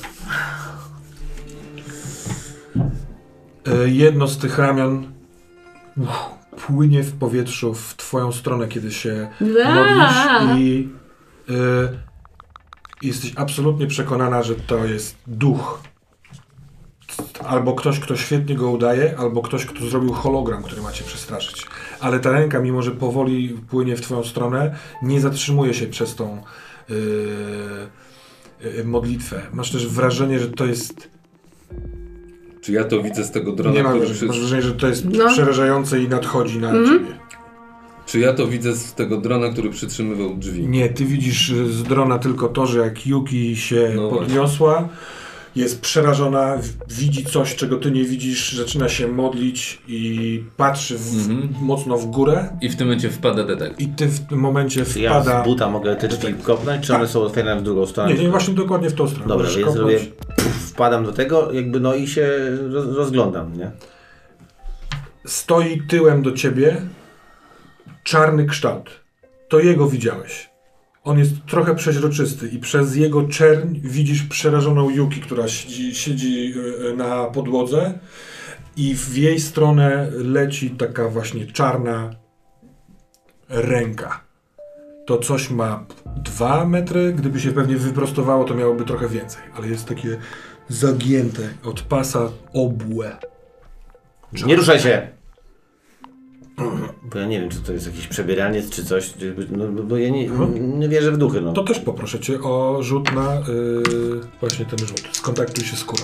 jej. Jedno z tych ramion płynie w powietrzu w twoją stronę, kiedy się modlisz i jesteś absolutnie przekonana, że to jest duch. Albo ktoś, kto świetnie go udaje, albo ktoś, kto zrobił hologram, który ma cię przestraszyć. Ale ta ręka, mimo że powoli płynie w twoją stronę, nie zatrzymuje się przez tą modlitwę. Masz też wrażenie, że to jest... Czy ja to widzę z tego drona, nie masz wrażenia, że to jest przerażające i nadchodzi na ciebie. Czy ja to widzę z tego drona, który przytrzymywał drzwi? Nie, ty widzisz z drona tylko to, że jak Yuki się podniosła, jest przerażona, widzi coś, czego ty nie widzisz, zaczyna się modlić i patrzy mocno w górę. I w tym momencie wpada detektyw. I ty w tym momencie wpada... Ja z buta mogę te drzwi kopnąć, czy one są otwierane w drugą stronę? Nie, właśnie dokładnie w tą stronę. Dobra, więc zrobię, wpadam do tego jakby i się rozglądam, nie? Stoi tyłem do ciebie czarny kształt. To jego widziałeś. On jest trochę przeźroczysty i przez jego czerń widzisz przerażoną Yuki, która siedzi na podłodze i w jej stronę leci taka właśnie czarna ręka. to coś ma 2 metry, gdyby się pewnie wyprostowało, to miałoby trochę więcej, ale jest takie zagięte od pasa obłe. Nie ruszaj się! Bo ja nie wiem, czy to jest jakiś przebieraniec, czy coś, bo ja nie wierzę w duchy. No. To też poproszę cię o rzut na właśnie ten rzut. Skontaktuj się z kurą.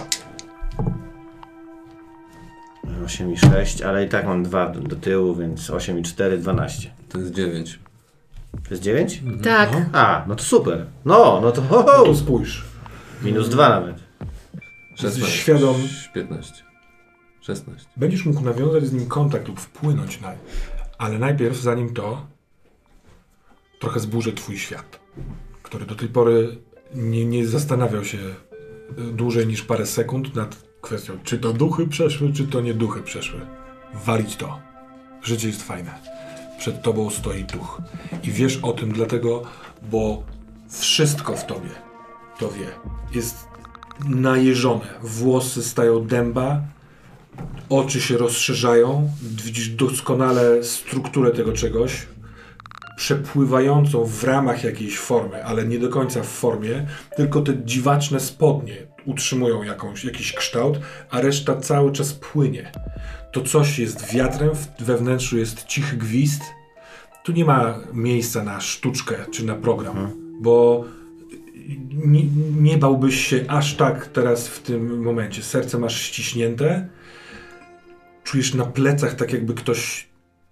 8 i 6, ale i tak mam 2 do tyłu, więc 8 i 4, 12. To jest 9. To jest 9? Tak. No. A, no to super. No to ho, ho. No to spójrz. Minus 2 nawet. 16. Świadom. 15. 16. Będziesz mógł nawiązać z nim kontakt lub wpłynąć na nim. Ale najpierw, zanim to, trochę zburzę twój świat, który do tej pory nie zastanawiał się dłużej niż parę sekund nad kwestią, czy to duchy przeszły, czy to nie duchy przeszły. Walić to. Życie jest fajne. Przed tobą stoi duch. I wiesz o tym dlatego, bo wszystko w tobie to wie. Jest najeżone. Włosy stają dęba, oczy się rozszerzają, widzisz doskonale strukturę tego czegoś, przepływającą w ramach jakiejś formy, ale nie do końca w formie, tylko te dziwaczne spodnie utrzymują jakiś kształt, a reszta cały czas płynie. To coś jest wiatrem, we wnętrzu jest cichy gwizd. Tu nie ma miejsca na sztuczkę czy na program, bo nie bałbyś się aż tak teraz w tym momencie. Serce masz ściśnięte, czujesz na plecach tak jakby ktoś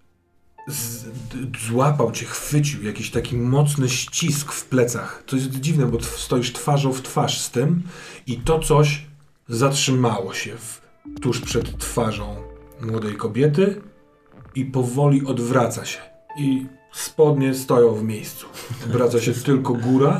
złapał cię, chwycił, jakiś taki mocny ścisk w plecach. To jest dziwne, bo stoisz twarzą w twarz z tym i to coś zatrzymało się tuż przed twarzą młodej kobiety i powoli odwraca się. I spodnie stoją w miejscu. Obraca się tylko góra.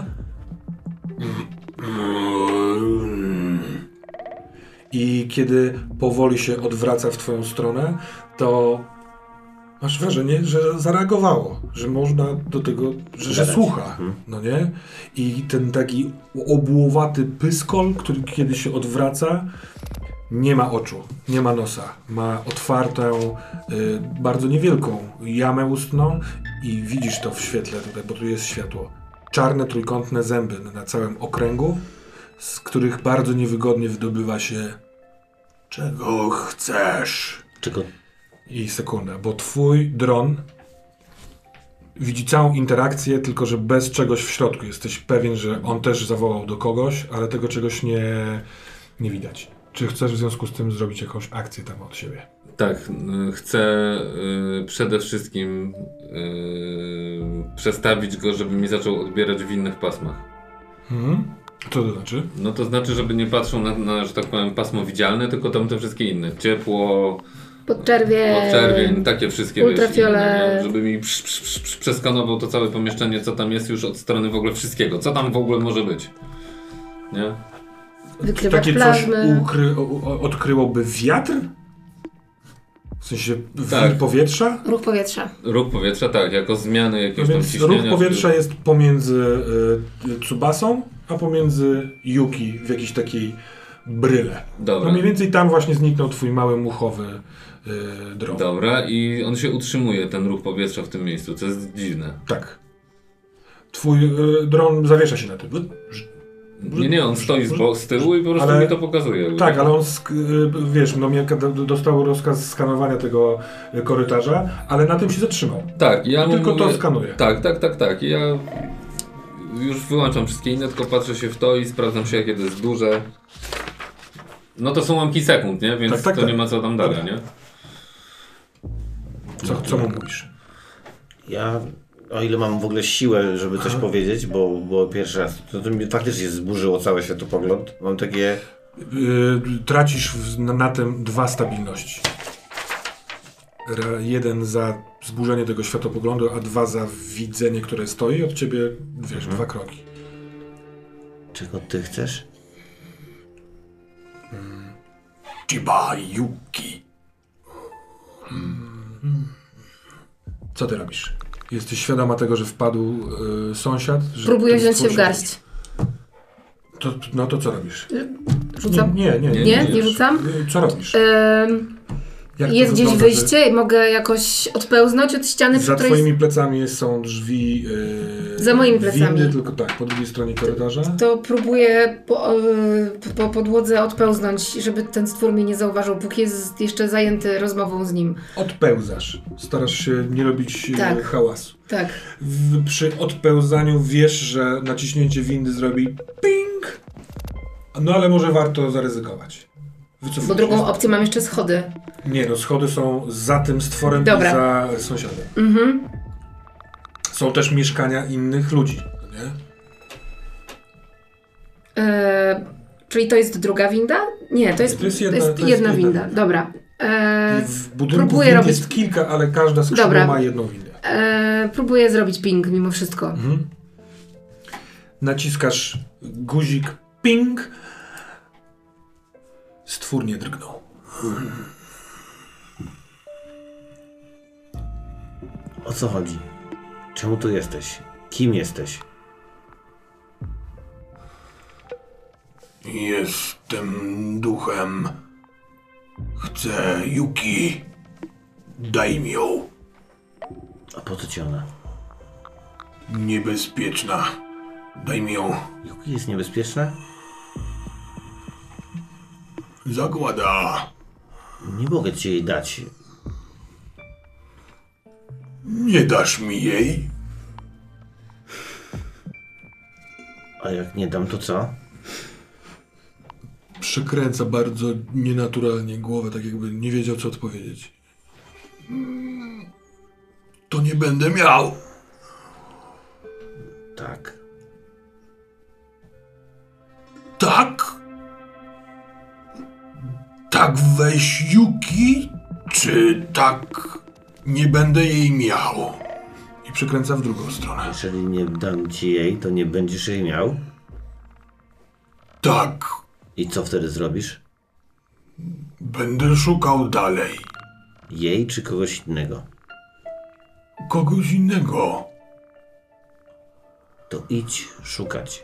I kiedy powoli się odwraca w twoją stronę, to masz wrażenie, że zareagowało, że można do tego, że słucha, no nie? I ten taki obłowaty pyskol, który kiedy się odwraca, nie ma oczu, nie ma nosa. Ma otwartą, bardzo niewielką jamę ustną i widzisz to w świetle tutaj, bo tu jest światło. Czarne, trójkątne zęby na całym okręgu, z których bardzo niewygodnie wydobywa się czego chcesz. Czego? I sekunda, bo twój dron widzi całą interakcję, tylko że bez czegoś w środku. Jesteś pewien, że on też zawołał do kogoś, ale tego czegoś nie widać. Czy chcesz w związku z tym zrobić jakąś akcję tam od siebie? Tak, chcę przede wszystkim przestawić go, żeby mi zaczął odbierać w innych pasmach. Co to znaczy? No to znaczy, żeby nie patrzył na, że tak powiem, pasmo widzialne, tylko tam te wszystkie inne. Ciepło, podczerwień, takie wszystkie, ultrafiolet. żeby mi przeskanował to całe pomieszczenie, co tam jest już od strony w ogóle wszystkiego. Co tam w ogóle może być, nie? Wykrywacz takie plazmy. coś odkryłoby wiatr? W sensie tak. powietrza? Ruch powietrza. Ruch powietrza, tak, jako zmiany jakiegoś tam ciśnienia. Ruch powietrza jest pomiędzy Tsubasą, a pomiędzy Yuki w jakiejś takiej bryle. Dobra. No mniej więcej tam właśnie zniknął twój mały muchowy dron. Dobra, i on się utrzymuje, ten ruch powietrza w tym miejscu, co jest dziwne. Tak. Twój dron zawiesza się na tym. Nie, on stoi z tyłu i po prostu mi to pokazuje. Tak, ale on, wiesz, dostał rozkaz skanowania tego korytarza, ale na tym się zatrzymał. Tak, ja tylko to skanuje. Tak. Ja już wyłączam wszystkie inne, tylko patrzę się w to i sprawdzam się, jakie to jest duże. No to są ułamki sekund, nie? Więc tak. Nie ma co tam dalej, nie? Co mu mówisz? Ja, o ile mam w ogóle siłę, żeby coś powiedzieć, bo pierwszy raz, to mi faktycznie zburzyło cały światopogląd. Mam takie... Tracisz na tym 2 stabilności. 1 za zburzenie tego światopoglądu, a 2 za widzenie, które stoi od ciebie, wiesz, 2 kroki. Czego ty chcesz? Chiba Yuki. Co ty robisz? Jesteś świadoma tego, że wpadł sąsiad? Że próbuję wziąć się w garść. No to co robisz? Rzucam? Nie Nie rzucam? Co robisz? Jest gdzieś wyjście i mogę jakoś odpełznąć od ściany, za twoimi plecami są drzwi. Za moimi plecami. Windy, tylko tak, po drugiej stronie korytarza. To próbuję po podłodze odpełznąć, żeby ten stwór mnie nie zauważył, póki jest jeszcze zajęty rozmową z nim. Odpełzasz. Starasz się nie robić hałasu. Tak. Przy odpełzaniu wiesz, że naciśnięcie windy zrobi ping. No ale może warto zaryzykować. Bo drugą opcję mam jeszcze schody. Nie, no schody są za tym stworem i za sąsiadem. Są też mieszkania innych ludzi, nie? Czyli to jest druga winda? Nie, to jest jedna winda. Dobra. W budynku wind jest kilka, ale każda skrzydła ma jedną windę. Próbuję zrobić ping mimo wszystko. Naciskasz guzik ping. Stwór nie drgnął. O co chodzi? Czemu tu jesteś? Kim jesteś? Jestem duchem. Chcę Yuki. Daj mi ją. A po co ci ona? Niebezpieczna. Daj mi ją. Yuki jest niebezpieczna? Zagłada. Nie mogę ci jej dać. Nie dasz mi jej? A jak nie dam, to co? Przekręca bardzo nienaturalnie głowę, tak jakby nie wiedział, co odpowiedzieć. To nie będę miał. Tak. Tak? Tak weź Yuki? Czy tak nie będę jej miał? I przekręca w drugą stronę. Jeżeli nie dam ci jej, to nie będziesz jej miał? Tak. I co wtedy zrobisz? Będę szukał dalej. Jej czy kogoś innego? Kogoś innego. To idź szukać.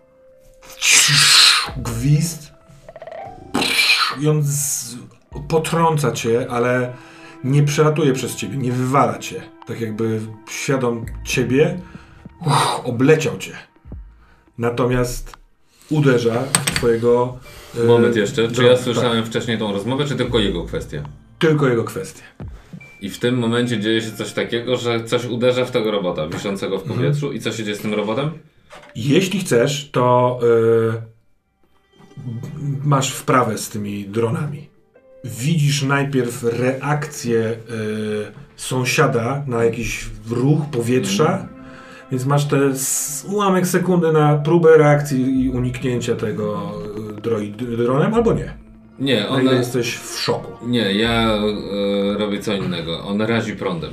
Gwizd. I on potrąca cię, ale nie przelatuje przez ciebie, nie wywala cię. Tak jakby świadom ciebie, obleciał cię. Natomiast uderza w twojego... Moment jeszcze. Czy ja słyszałem wcześniej tą rozmowę, czy tylko jego kwestię? Tylko jego kwestię. I w tym momencie dzieje się coś takiego, że coś uderza w tego robota wiszącego w powietrzu. I co się dzieje z tym robotem? Jeśli chcesz, to masz wprawę z tymi dronami. Widzisz najpierw reakcję sąsiada na jakiś ruch powietrza, więc masz te ułamek sekundy na próbę reakcji i uniknięcia tego dronem, albo nie. Nie, na ile jesteś w szoku. Nie, ja robię co innego. On razi prądem.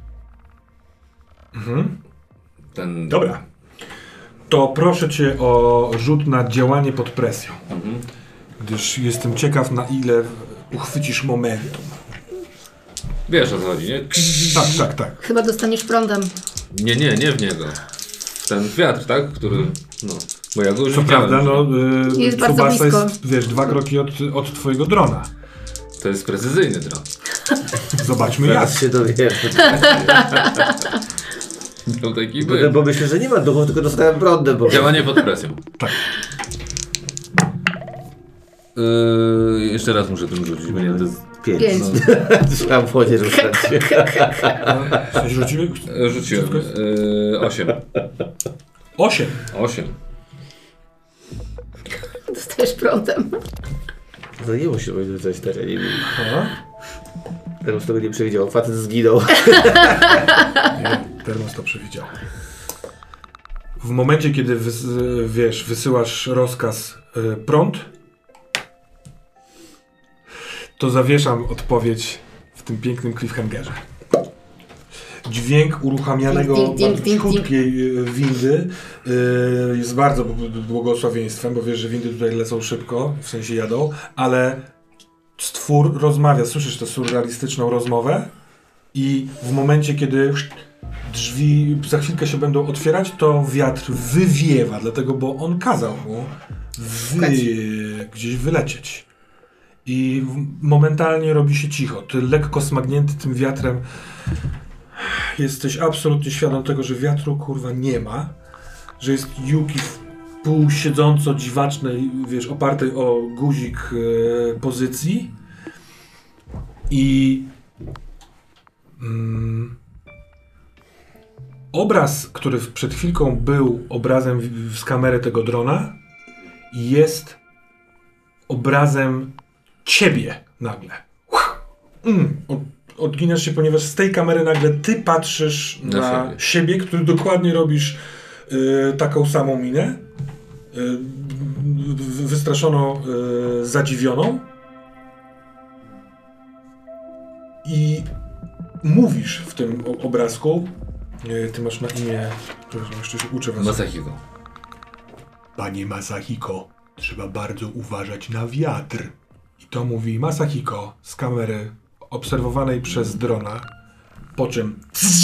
Dobra. To proszę cię o rzut na działanie pod presją. Gdyż jestem ciekaw, na ile uchwycisz momentum. Wiesz, o co chodzi, nie? Tak. Chyba dostaniesz prądem. Nie w niego. W ten wiatr, tak? Który, bo ja go już co prawda, jest bardzo blisko. Jest, wiesz, 2 kroki od twojego drona. To jest precyzyjny dron. Zobaczmy jak. Teraz się dowiemy. Był taki Bo myślę, że nie ma duchów, tylko dostałem prądem. Działanie pod presją. Tak. Jeszcze raz muszę tym rzucić, bo nie to jest 5. Trzeba było nie ruszać. Coś rzuciłeś? Rzuciłem. 8. 8. Dostajesz prądem. To nie musi być rzucać teraz, nie wiem. Termos tego nie przewidział. Facet zginął. Nie, Termos to przewidział. W momencie, kiedy wysyłasz rozkaz prąd, to zawieszam odpowiedź w tym pięknym cliffhangerze. Dźwięk uruchamianego cichutkiej windy jest bardzo błogosławieństwem, bo wiesz, że windy tutaj lecą szybko, w sensie jadą, ale stwór rozmawia, słyszysz tę surrealistyczną rozmowę i w momencie, kiedy drzwi za chwilkę się będą otwierać, to wiatr wywiewa, dlatego, bo on kazał mu gdzieś wylecieć. I momentalnie robi się cicho. Ty lekko smagnięty tym wiatrem jesteś absolutnie świadom tego, że wiatru kurwa nie ma, że jest Yuki w półsiedząco dziwacznej, wiesz, opartej o guzik pozycji i obraz, który przed chwilką był obrazem z kamery tego drona, jest obrazem ciebie nagle. Odginasz się, ponieważ z tej kamery nagle ty patrzysz na siebie, który dokładnie robisz taką samą minę, wystraszono, zadziwioną i mówisz w tym obrazku, ty masz na imię, przepraszam, jeszcze się uczę was. Masahiko. Panie Masahiko, trzeba bardzo uważać na wiatr. I to mówi Masahiko z kamery obserwowanej przez drona, po czym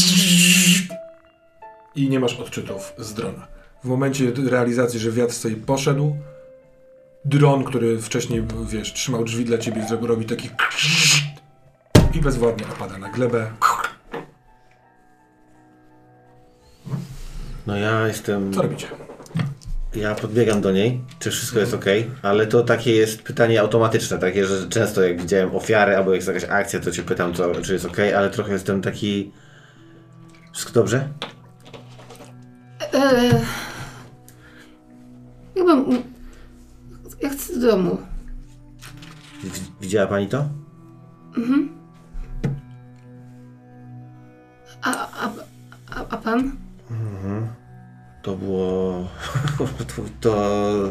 i nie masz odczytów z drona. W momencie realizacji, że wiatr sobie poszedł, dron, który wcześniej, wiesz, trzymał drzwi dla ciebie, robi taki i bezwładnie opada na glebę. No ja jestem... Co robicie? Ja podbiegam do niej, czy wszystko jest ok, ale to takie jest pytanie automatyczne, takie, że często jak widziałem ofiarę albo jak jest jakaś akcja, to cię pytam, czy jest ok, ale trochę jestem taki... Wszystko dobrze? Ja chcę do domu. Widziała pani to? Mhm. A pan? Mhm. To było... to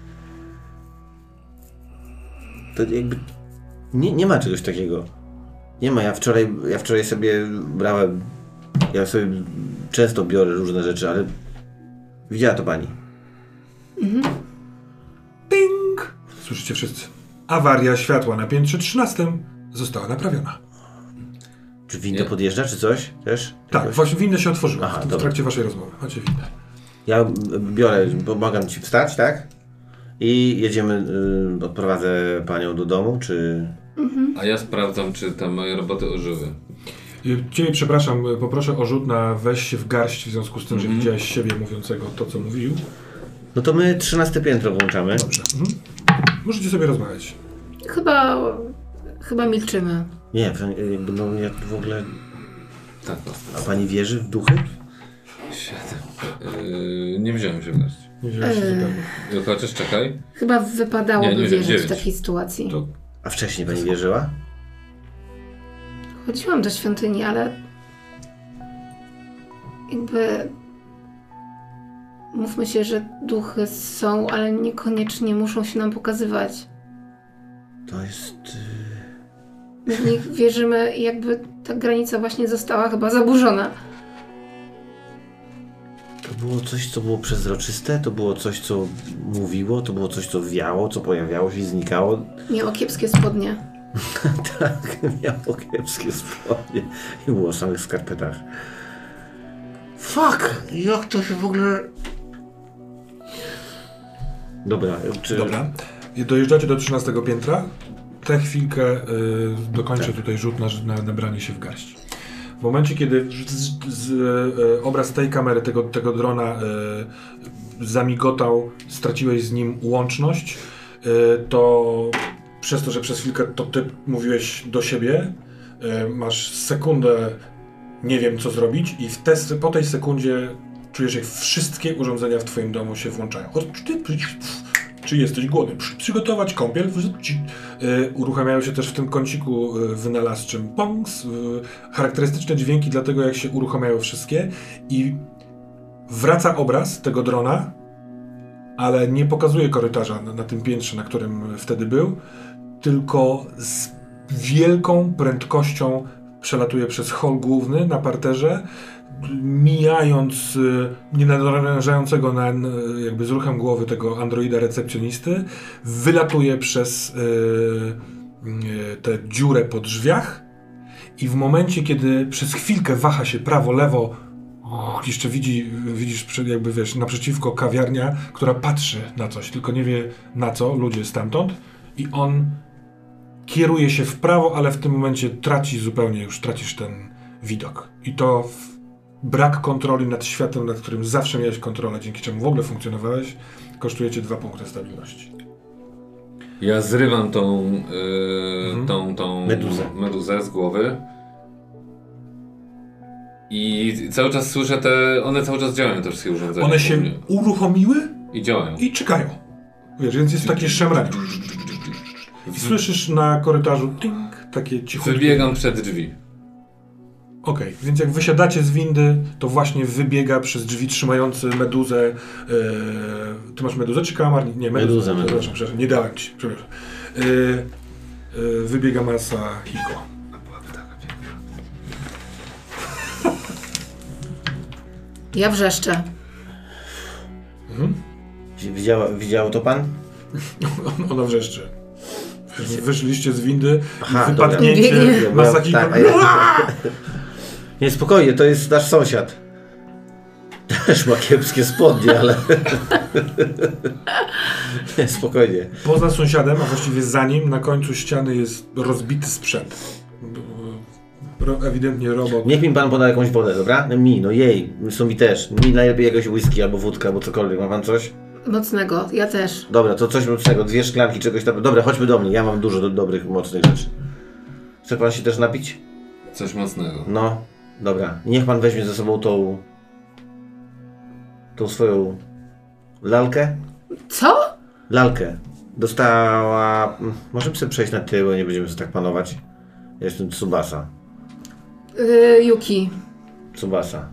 jakby... Nie ma czegoś takiego. Nie ma. Ja wczoraj sobie brałem... Ja sobie często biorę różne rzeczy, ale... Widziała to pani. Mhm. Ping! Słyszycie wszyscy. Awaria światła na piętrze 13 została naprawiona. Czy winda podjeżdża, czy coś też? Tak, właśnie winda się otworzyła. Aha, w trakcie waszej rozmowy. Macie windę. Ja biorę, pomagam ci wstać, tak? I jedziemy, odprowadzę panią do domu, czy... A ja sprawdzam, czy tam moje roboty ożyły. Ciebie, przepraszam, poproszę o rzut na weź się w garść w związku z tym, że widziałeś siebie mówiącego to, co mówił. No to my 13 piętro włączamy. Dobrze. Możecie sobie rozmawiać. Chyba milczymy. Nie, jakby no ja w ogóle... Tak. A pani wierzy w duchy? 7. Nie wziąłem się w garść. Nie wziąłeś się zupełnie. Chociaż czekaj. Chyba wypadałoby nie wierzyć 9. w takiej sytuacji. To... A wcześniej pani wierzyła? Chodziłam do świątyni, ale jakby mówmy się, że duchy są, ale niekoniecznie muszą się nam pokazywać. To jest... My w nich wierzymy i jakby ta granica właśnie została chyba zaburzona. To było coś, co było przezroczyste? To było coś, co mówiło? To było coś, co wiało, co pojawiało się i znikało? Miało kiepskie spodnie. Tak, miało kiepskie spodnie i było w samych skarpetach. Fuck! Jak to się w ogóle... Dobra, Dobra. Dojeżdżacie do 13 piętra. Tę chwilkę dokończę tutaj rzut na nabranie się w garść. W momencie, kiedy obraz tej kamery, tego drona zamigotał, straciłeś z nim łączność, to przez to, że przez chwilkę to ty mówiłeś do siebie, masz sekundę, nie wiem co zrobić i po tej sekundzie czujesz, jak wszystkie urządzenia w twoim domu się włączają. Czy jesteś głodny? Przygotować kąpiel. Uruchamiają się też w tym kąciku wynalazczym pongs, charakterystyczne dźwięki dlatego, jak się uruchamiają wszystkie i wraca obraz tego drona, ale nie pokazuje korytarza na tym piętrze, na którym wtedy był, tylko z wielką prędkością przelatuje przez hol główny na parterze, mijając nienadążającego jakby z ruchem głowy tego androida recepcjonisty, wylatuje przez tę dziurę po drzwiach i w momencie, kiedy przez chwilkę waha się prawo, lewo, jeszcze widzisz jakby wiesz, naprzeciwko kawiarnia, która patrzy na coś, tylko nie wie na co, ludzie stamtąd i on kieruje się w prawo, ale w tym momencie tracisz ten widok. I to brak kontroli nad światem, nad którym zawsze miałeś kontrolę, dzięki czemu w ogóle funkcjonowałeś, kosztuje cię 2 punkty stabilności. Ja zrywam tą meduzę z głowy i cały czas słyszę one cały czas działają, te wszystkie urządzenia. One się uruchomiły i działają. I czekają. Wiesz, więc jest takie szemranie. I słyszysz na korytarzu ting, takie cichutkie. Wybiegam przed drzwi. Okej, więc jak wysiadacie z windy, to właśnie wybiega przez drzwi trzymający meduzę. Ty masz meduzę czy kalamar? Nie, meduzę. Przepraszam, nie dałem ci. Przepraszam. Wybiega Masahiko. Ja wrzeszczę. Widział to pan? Ona wrzeszczy. Wyszliście z windy, wypadnięcie Masahiko. Tak, nie, spokojnie, to jest nasz sąsiad. Też ma kiepskie spodnie, ale... nie, spokojnie. Poza sąsiadem, a właściwie za nim, na końcu ściany jest rozbity sprzęt. Ewidentnie robot. Niech mi pan poda jakąś wodę, dobra? Są mi też. Mi najlepiej jakoś whisky albo wódka, albo cokolwiek. Ma pan coś? Mocnego, ja też. Dobra, to coś mocnego, 2 szklanki czegoś tam. Dobra, chodźmy do mnie, ja mam dużo dobrych, mocnych rzeczy. Chce pan się też napić? Coś mocnego. No, dobra. Niech pan weźmie ze sobą tą swoją lalkę. Co? Lalkę. Dostała... Możemy sobie przejść na tył, nie będziemy sobie tak panować. Ja jestem Tsubasa. Yuki. Tsubasa.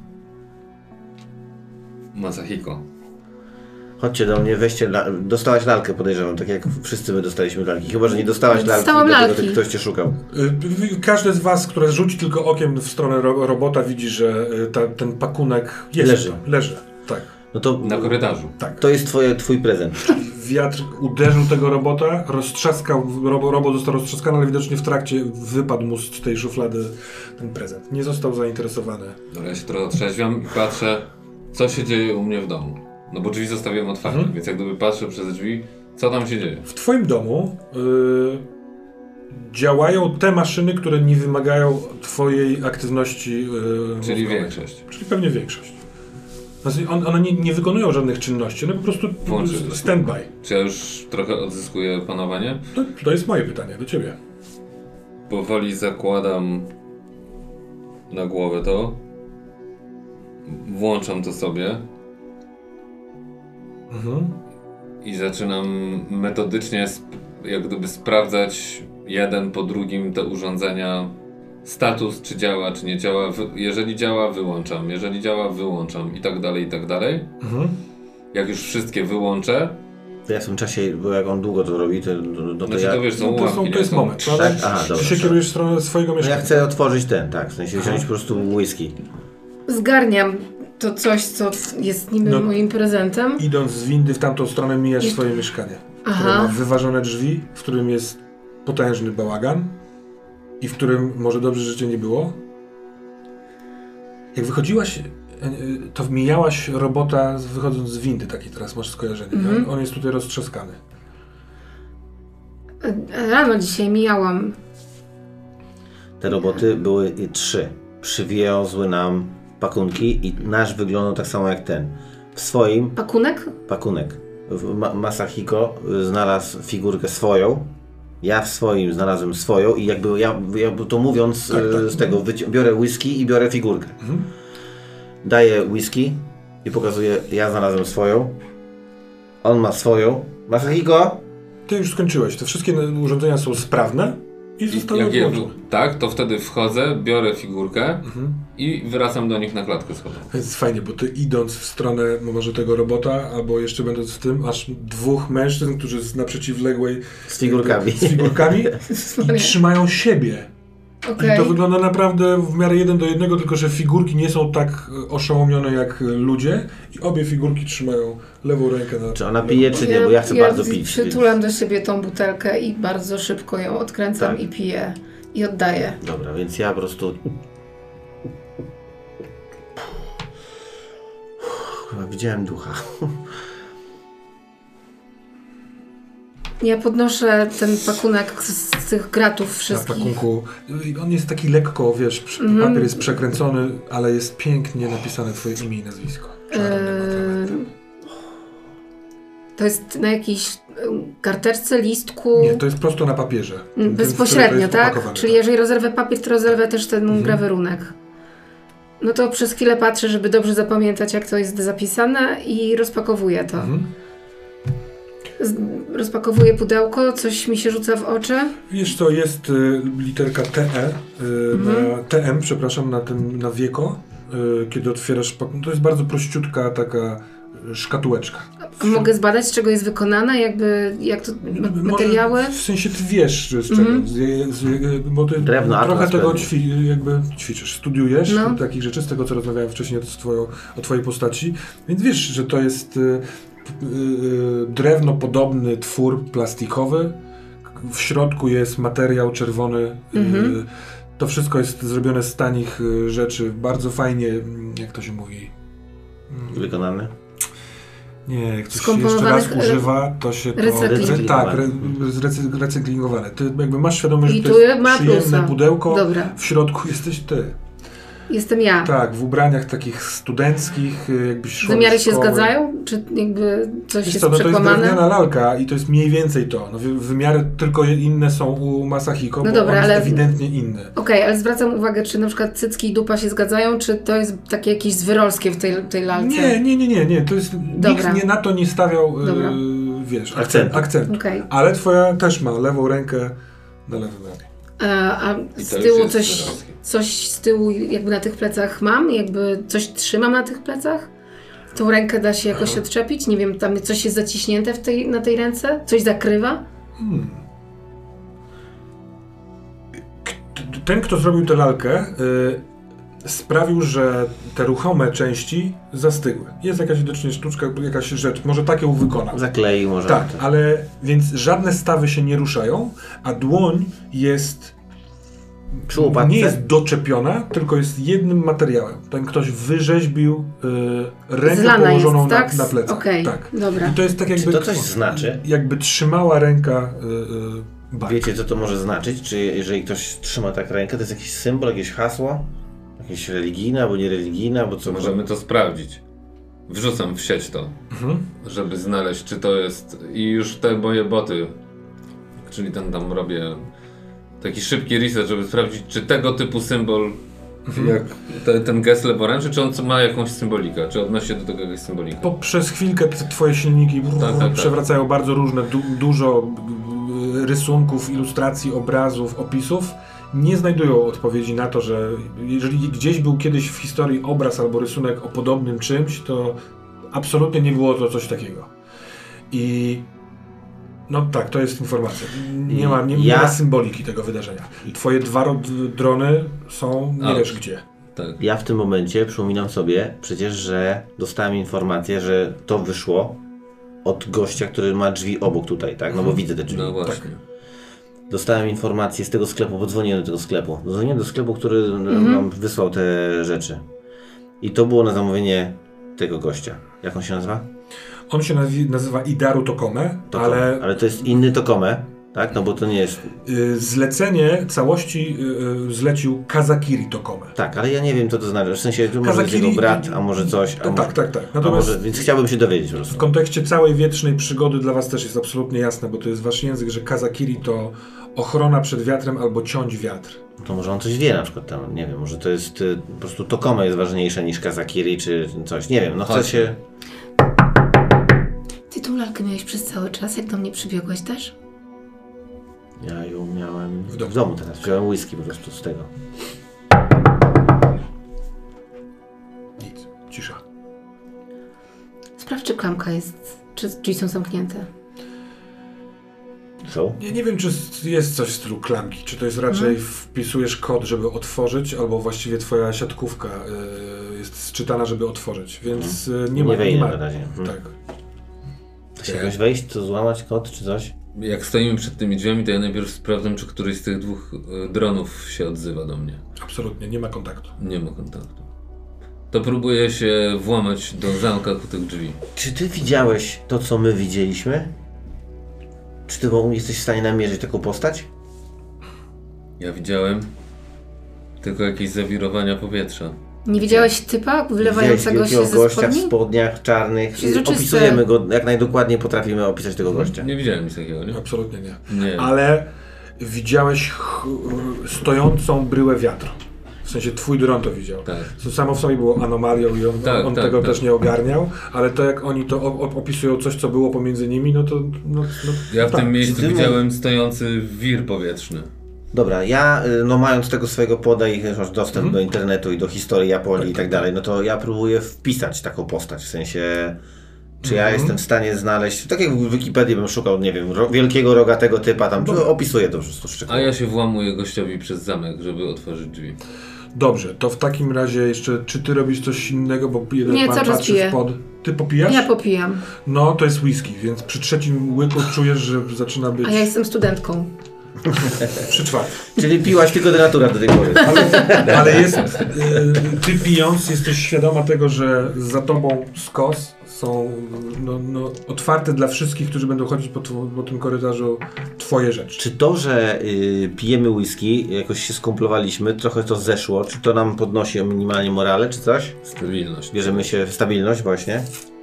Masahiko. Chodźcie do mnie, weźcie... Dostałaś lalkę, podejrzewam, tak jak wszyscy my dostaliśmy lalki. Chyba, że nie dostałaś lalki, dlatego ktoś cię szukał. Każdy z was, który rzuci tylko okiem w stronę robota, widzi, że ten pakunek jest leży. Tak. No to na korytarzu. Tak. To jest twój prezent. Wiatr uderzył tego robota, roztrzaskał, robot został roztrzaskany, ale widocznie w trakcie wypadł mu z tej szuflady ten prezent. Nie został zainteresowany. Dobra, ja się trochę otrzeźwiam i patrzę, co się dzieje u mnie w domu. No bo drzwi zostawiłem otwarte, więc jak gdyby patrzę przez drzwi, co tam się dzieje. W twoim domu działają te maszyny, które nie wymagają twojej aktywności. Czyli większość. Czyli pewnie większość. Znaczy one nie wykonują żadnych czynności, one po prostu stand-by. Czy ja już trochę odzyskuję panowanie? To jest moje pytanie do ciebie. Powoli zakładam na głowę to. Włączam to sobie. I zaczynam metodycznie jak gdyby sprawdzać jeden po drugim te urządzenia. Status, czy działa, czy nie działa. Jeżeli działa, wyłączam. Jeżeli działa, wyłączam. I tak dalej, i tak dalej. Jak już wszystkie wyłączę... To ja w tym czasie, bo jak on długo to robi, to to wiesz, są łapki, to jest moment. Tak? Aha, ty się kierujesz w stronę swojego mieszkania. Ja chcę otworzyć w sensie wziąć po prostu whisky. Zgarniam to coś, co jest niby moim prezentem. Idąc z windy w tamtą stronę mijasz swoje mieszkanie. Które ma wyważone drzwi, w którym jest potężny bałagan. I w którym może dobrze, że cię nie było. Jak wychodziłaś, to mijałaś robota wychodząc z windy, takie teraz masz skojarzenie. Tak? On jest tutaj roztrzaskany. Rano dzisiaj mijałam. Te roboty były 3. Przywiozły nam pakunki i nasz wyglądał tak samo jak ten. W swoim... Pakunek. Masahiko znalazł figurkę swoją. Ja w swoim znalazłem swoją i jakby ja to mówiąc z tego, biorę whisky i biorę figurkę. Daję whisky i pokazuję, ja znalazłem swoją. On ma swoją. Masahiko? Ty już skończyłeś. Te wszystkie urządzenia są sprawne i zostały odłączone. Tak, to wtedy wchodzę, biorę figurkę i wracam do nich na klatkę schodową. To jest fajnie, bo ty idąc w stronę może tego robota, albo jeszcze będąc w tym, masz 2 mężczyzn, którzy na przeciwległej z figurkami i trzymają siebie. I to wygląda naprawdę w miarę 1 do 1, tylko że figurki nie są tak oszołomione jak ludzie i obie figurki trzymają lewą rękę na... Czy ona pije, czy nie? Bo ja chcę bardzo pić. Przytulam do siebie tą butelkę i bardzo szybko ją odkręcam i piję. I oddaję. Dobra, więc ja po prostu... Chyba widziałem ducha. Ja podnoszę ten pakunek z tych gratów wszystkich. Na pakunku, on jest taki lekko, wiesz, papier jest przekręcony, ale jest pięknie napisane twoje imię i nazwisko. To jest na jakiejś karteczce, listku? Nie, to jest prosto na papierze. Bezpośrednio, tak? Czyli jeżeli rozerwę papier, to rozerwę też ten grawerunek. No to przez chwilę patrzę, żeby dobrze zapamiętać, jak to jest zapisane i rozpakowuję to. Rozpakowuję pudełko, coś mi się rzuca w oczy. Wiesz co, jest literka TM, przepraszam, na wieko. Kiedy otwierasz pakunek, to jest bardzo prościutka taka szkatułeczka. Mogę zbadać, z czego jest wykonana, jakby, jak to, materiały? W sensie ty wiesz, z czego. Bo ty Drewno, trochę tego jakby ćwiczysz, studiujesz takich rzeczy, z tego co rozmawiałem wcześniej o twojej postaci, więc wiesz, że to jest drewnopodobny twór plastikowy, w środku jest materiał czerwony, to wszystko jest zrobione z tanich rzeczy, bardzo fajnie, jak to się mówi? Wykonane? Nie, jak coś się jeszcze raz używa, to się to... Recyklingowane. Ty jakby masz świadomość, że to jest przyjemne pudełko, w środku jesteś ty. Jestem ja. Tak, w ubraniach takich studenckich, jakbyś szła wymiary się zgadzają? Czy jakby coś jest przekłamane? To jest drewniana lalka i to jest mniej więcej to. No, wymiary tylko inne są u Masahiko, bo on jest ewidentnie inny. Okej, ale zwracam uwagę, czy na przykład cycki i dupa się zgadzają, czy to jest takie jakieś zwyrolskie w tej lalce? Nie. To jest, nikt na to nie stawiał, wiesz, akcentu. Okay. Ale twoja też ma lewą rękę na lewym ramieniu. A z tyłu coś z tyłu jakby na tych plecach mam? Jakby coś trzymam na tych plecach? Tą rękę da się jakoś odczepić? Nie wiem, tam coś jest zaciśnięte na tej ręce? Coś zakrywa? Ten, kto zrobił tę lalkę, sprawił, że te ruchome części zastygły. Jest jakaś widocznie sztuczka, jakaś rzecz, może tak ją wykonał. Zakleił może. Tak, ale więc żadne stawy się nie ruszają, a dłoń jest nie jest doczepiona, tylko jest jednym materiałem. Ten ktoś wyrzeźbił rękę Zlana położoną jest, na plecach. Okay, tak. Dobra. I to jest tak jakby... Czy to coś znaczy? Jakby trzymała ręka Wiecie, co to może znaczyć? Czy jeżeli ktoś trzyma tak rękę, to jest jakiś symbol, jakieś hasło? Jakieś religijne albo niereligijne, albo co? Możemy to sprawdzić. Wrzucam w sieć to, żeby znaleźć, czy to jest... I już te moje boty, czyli tam robię taki szybki research, żeby sprawdzić, czy tego typu symbol, jak ten gest leworęczny, czy on ma jakąś symbolikę, czy odnosi się do tego jakaś symbolika. Przez chwilkę twoje silniki przewracają bardzo różne, dużo rysunków, ilustracji, obrazów, opisów. Nie znajdują odpowiedzi na to, że jeżeli gdzieś był kiedyś w historii obraz albo rysunek o podobnym czymś, to absolutnie nie było to coś takiego. I no tak, to jest informacja. Nie ma symboliki tego wydarzenia. Twoje dwa drony są nie wiesz gdzie. Tak. Ja w tym momencie przypominam sobie przecież, że dostałem informację, że to wyszło od gościa, który ma drzwi obok tutaj, tak? No bo widzę te drzwi. No właśnie. Tak. Dostałem informację z tego sklepu, bo dzwoniłem do tego sklepu. Dzwoniłem do sklepu, który nam wysłał te rzeczy. I to było na zamówienie tego gościa. Jak on się nazywa? On się nazywa Idaru Tokome, ale to jest inny Tokome, tak? No bo to nie jest... Zlecenie całości zlecił Kazakiri Tokome. Tak, ale ja nie wiem, co to znaczy. W sensie, tu może jest jego brat, a może coś. Tak. Natomiast więc chciałbym się dowiedzieć po prostu. W kontekście całej wiecznej przygody dla was też jest absolutnie jasne, bo to jest wasz język, że Kazakiri to ochrona przed wiatrem albo ciąć wiatr. To może on coś wie na przykład tam, nie wiem, może to jest po prostu Tokome jest ważniejsze niż Kazakiri czy coś, nie wiem, no chcę się... Ty tą lalkę miałeś przez cały czas, jak do mnie przybiegłeś też? Ja ją miałem w domu teraz, wziąłem whisky po prostu z tego. Nic, cisza. Sprawdź, czy klamka jest, czy drzwi są zamknięte. Są? Nie wiem, czy jest coś w stylu klamki, czy to jest raczej wpisujesz kod, żeby otworzyć, albo właściwie twoja siatkówka jest sczytana, żeby otworzyć, więc nie ma. Na razie. Tak. Da się jakoś wejść, to złamać kod, czy coś? Jak stoimy przed tymi drzwiami, to ja najpierw sprawdzam, czy któryś z tych dwóch dronów się odzywa do mnie. Absolutnie, nie ma kontaktu. Nie ma kontaktu. To próbuję się włamać do zamka ku tych drzwi. Czy ty widziałeś to, co my widzieliśmy? Czy ty jesteś w stanie namierzyć taką postać? Ja widziałem tylko jakieś zawirowania powietrza. Nie widziałeś typa wylewającego się ze gościa spodni? w spodniach czarnych. Przezroczysty. Opisujemy go, jak najdokładniej potrafimy opisać tego gościa. Nie widziałem nic takiego, nie? Absolutnie nie. Nie. Ale widziałeś stojącą bryłę wiatru. W sensie twój dron to widział. Tak. To samo w sobie było anomalią i on tego też nie ogarniał, ale to jak oni to opisują coś, co było pomiędzy nimi, no to... Ja w tak. tym miejscu widziałem stojący wir powietrzny. Dobra, ja mając tego swojego poda i masz dostęp do internetu i do historii Japonii i tak dalej, no to ja próbuję wpisać taką postać, w sensie czy ja jestem w stanie znaleźć, tak jak w Wikipedii bym szukał, nie wiem, wielkiego rogatego typa, tam opisuję to po prostu szczegółowo. A ja się włamuję gościowi przez zamek, żeby otworzyć drzwi. Dobrze, to w takim razie jeszcze, czy ty robisz coś innego, bo jeden Nie, pan cały czas patrzy piję. w pod... Ty popijasz? Ja popijam. No, to jest whisky, więc przy trzecim łyku czujesz, że zaczyna być... A ja jestem studentką. Przy czwartym. Czyli piłaś tylko denatura do tej pory. Ale jest, ty pijąc jesteś świadoma tego, że za tobą skos są otwarte dla wszystkich, którzy będą chodzić po tym korytarzu twoje rzeczy. Czy to, że pijemy whisky, jakoś się skumplowaliśmy, trochę to zeszło, czy to nam podnosi minimalnie morale, czy coś? Stabilność. Bierzemy się w stabilność właśnie?